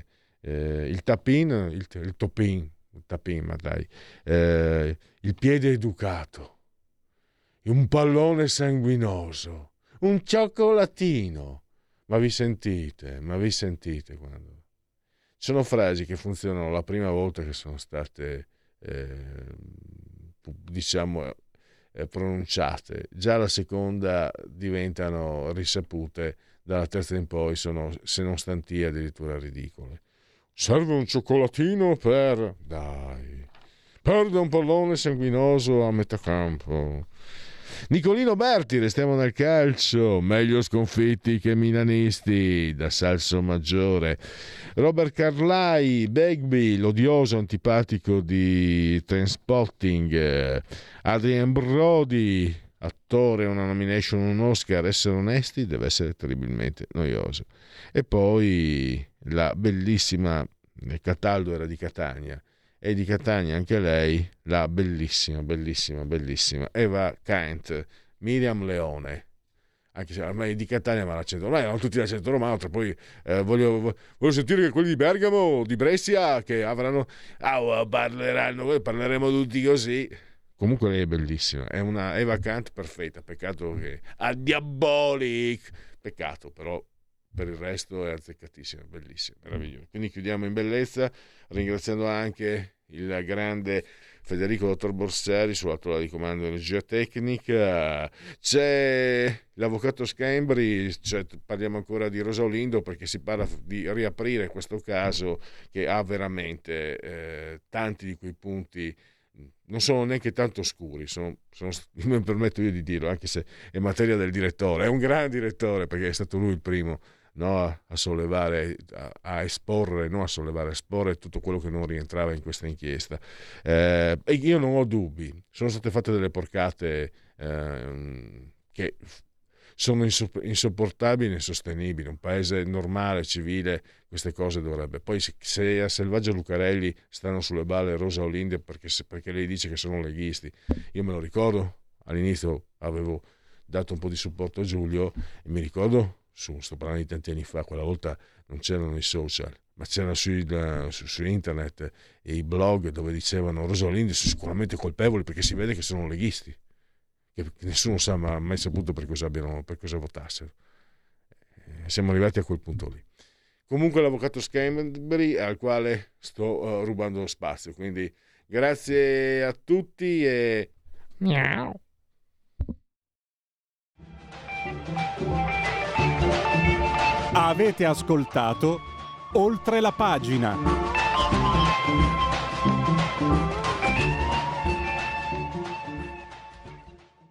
eh, il tapin, il, il topin, il tapin, ma dai, eh, il piede educato, un pallone sanguinoso, un cioccolatino. Ma vi sentite, ma vi sentite quando... Sono frasi che funzionano la prima volta che sono state, eh, diciamo, eh, pronunciate. Già la seconda diventano risapute, dalla terza in poi sono, se non stantie, addirittura ridicole. Serve un cioccolatino per... Dai. Perde un pallone sanguinoso a metà campo. Nicolino Berti, restiamo nel calcio, meglio sconfitti che milanisti, da Salso Maggiore. Robert Carlai, Begbie, l'odioso antipatico di Trainspotting. Adrian Brody, attore, una nomination, un Oscar. Essere onesti deve essere terribilmente noioso. E poi la bellissima, Cataldo era di Catania, e di Catania anche lei, la bellissima, bellissima, bellissima Eva Kent, Miriam Leone, anche se ormai di Catania ma l'accento, ormai hanno tutti l'accento romano, tra poi eh, voglio, voglio sentire che quelli di Bergamo, di Brescia, che avranno, ah, parleranno, parleremo tutti così. Comunque lei è bellissima, è una Eva Kent perfetta, peccato che a Diabolic, peccato, però per il resto è azzeccatissima, bellissima, meravigliosa. Quindi chiudiamo in bellezza, ringraziando anche il grande Federico Dottor Borsari sulla tolla di comando di energia tecnica. C'è l'avvocato Scambri, cioè, parliamo ancora di Rosalindo perché si parla di riaprire questo caso che ha veramente eh, tanti di quei punti, non sono neanche tanto oscuri, sono, sono, mi permetto io di dirlo, anche se è materia del direttore, è un gran direttore perché è stato lui il primo, no, a sollevare, a, a esporre, no a sollevare, a esporre tutto quello che non rientrava in questa inchiesta. Eh, e io non ho dubbi, sono state fatte delle porcate eh, che sono insopportabili e insostenibili. Un paese normale, civile, queste cose dovrebbe. Poi se a Selvaggia Lucarelli stanno sulle balle Rosa Olinde perché, perché lei dice che sono leghisti, io me lo ricordo, all'inizio avevo dato un po' di supporto a Giulio e mi ricordo, su, sto parlando di tanti anni fa, quella volta non c'erano i social, ma c'erano sui, su, su internet e i blog dove dicevano Rosa Olinde sono sicuramente colpevoli perché si vede che sono leghisti, che nessuno sa mai saputo per cosa abbiano, per cosa votassero. Eh, siamo arrivati a quel punto lì. Comunque l'avvocato Scambri, al quale sto uh, rubando lo spazio, quindi grazie a tutti e miau. Avete ascoltato Oltre la pagina.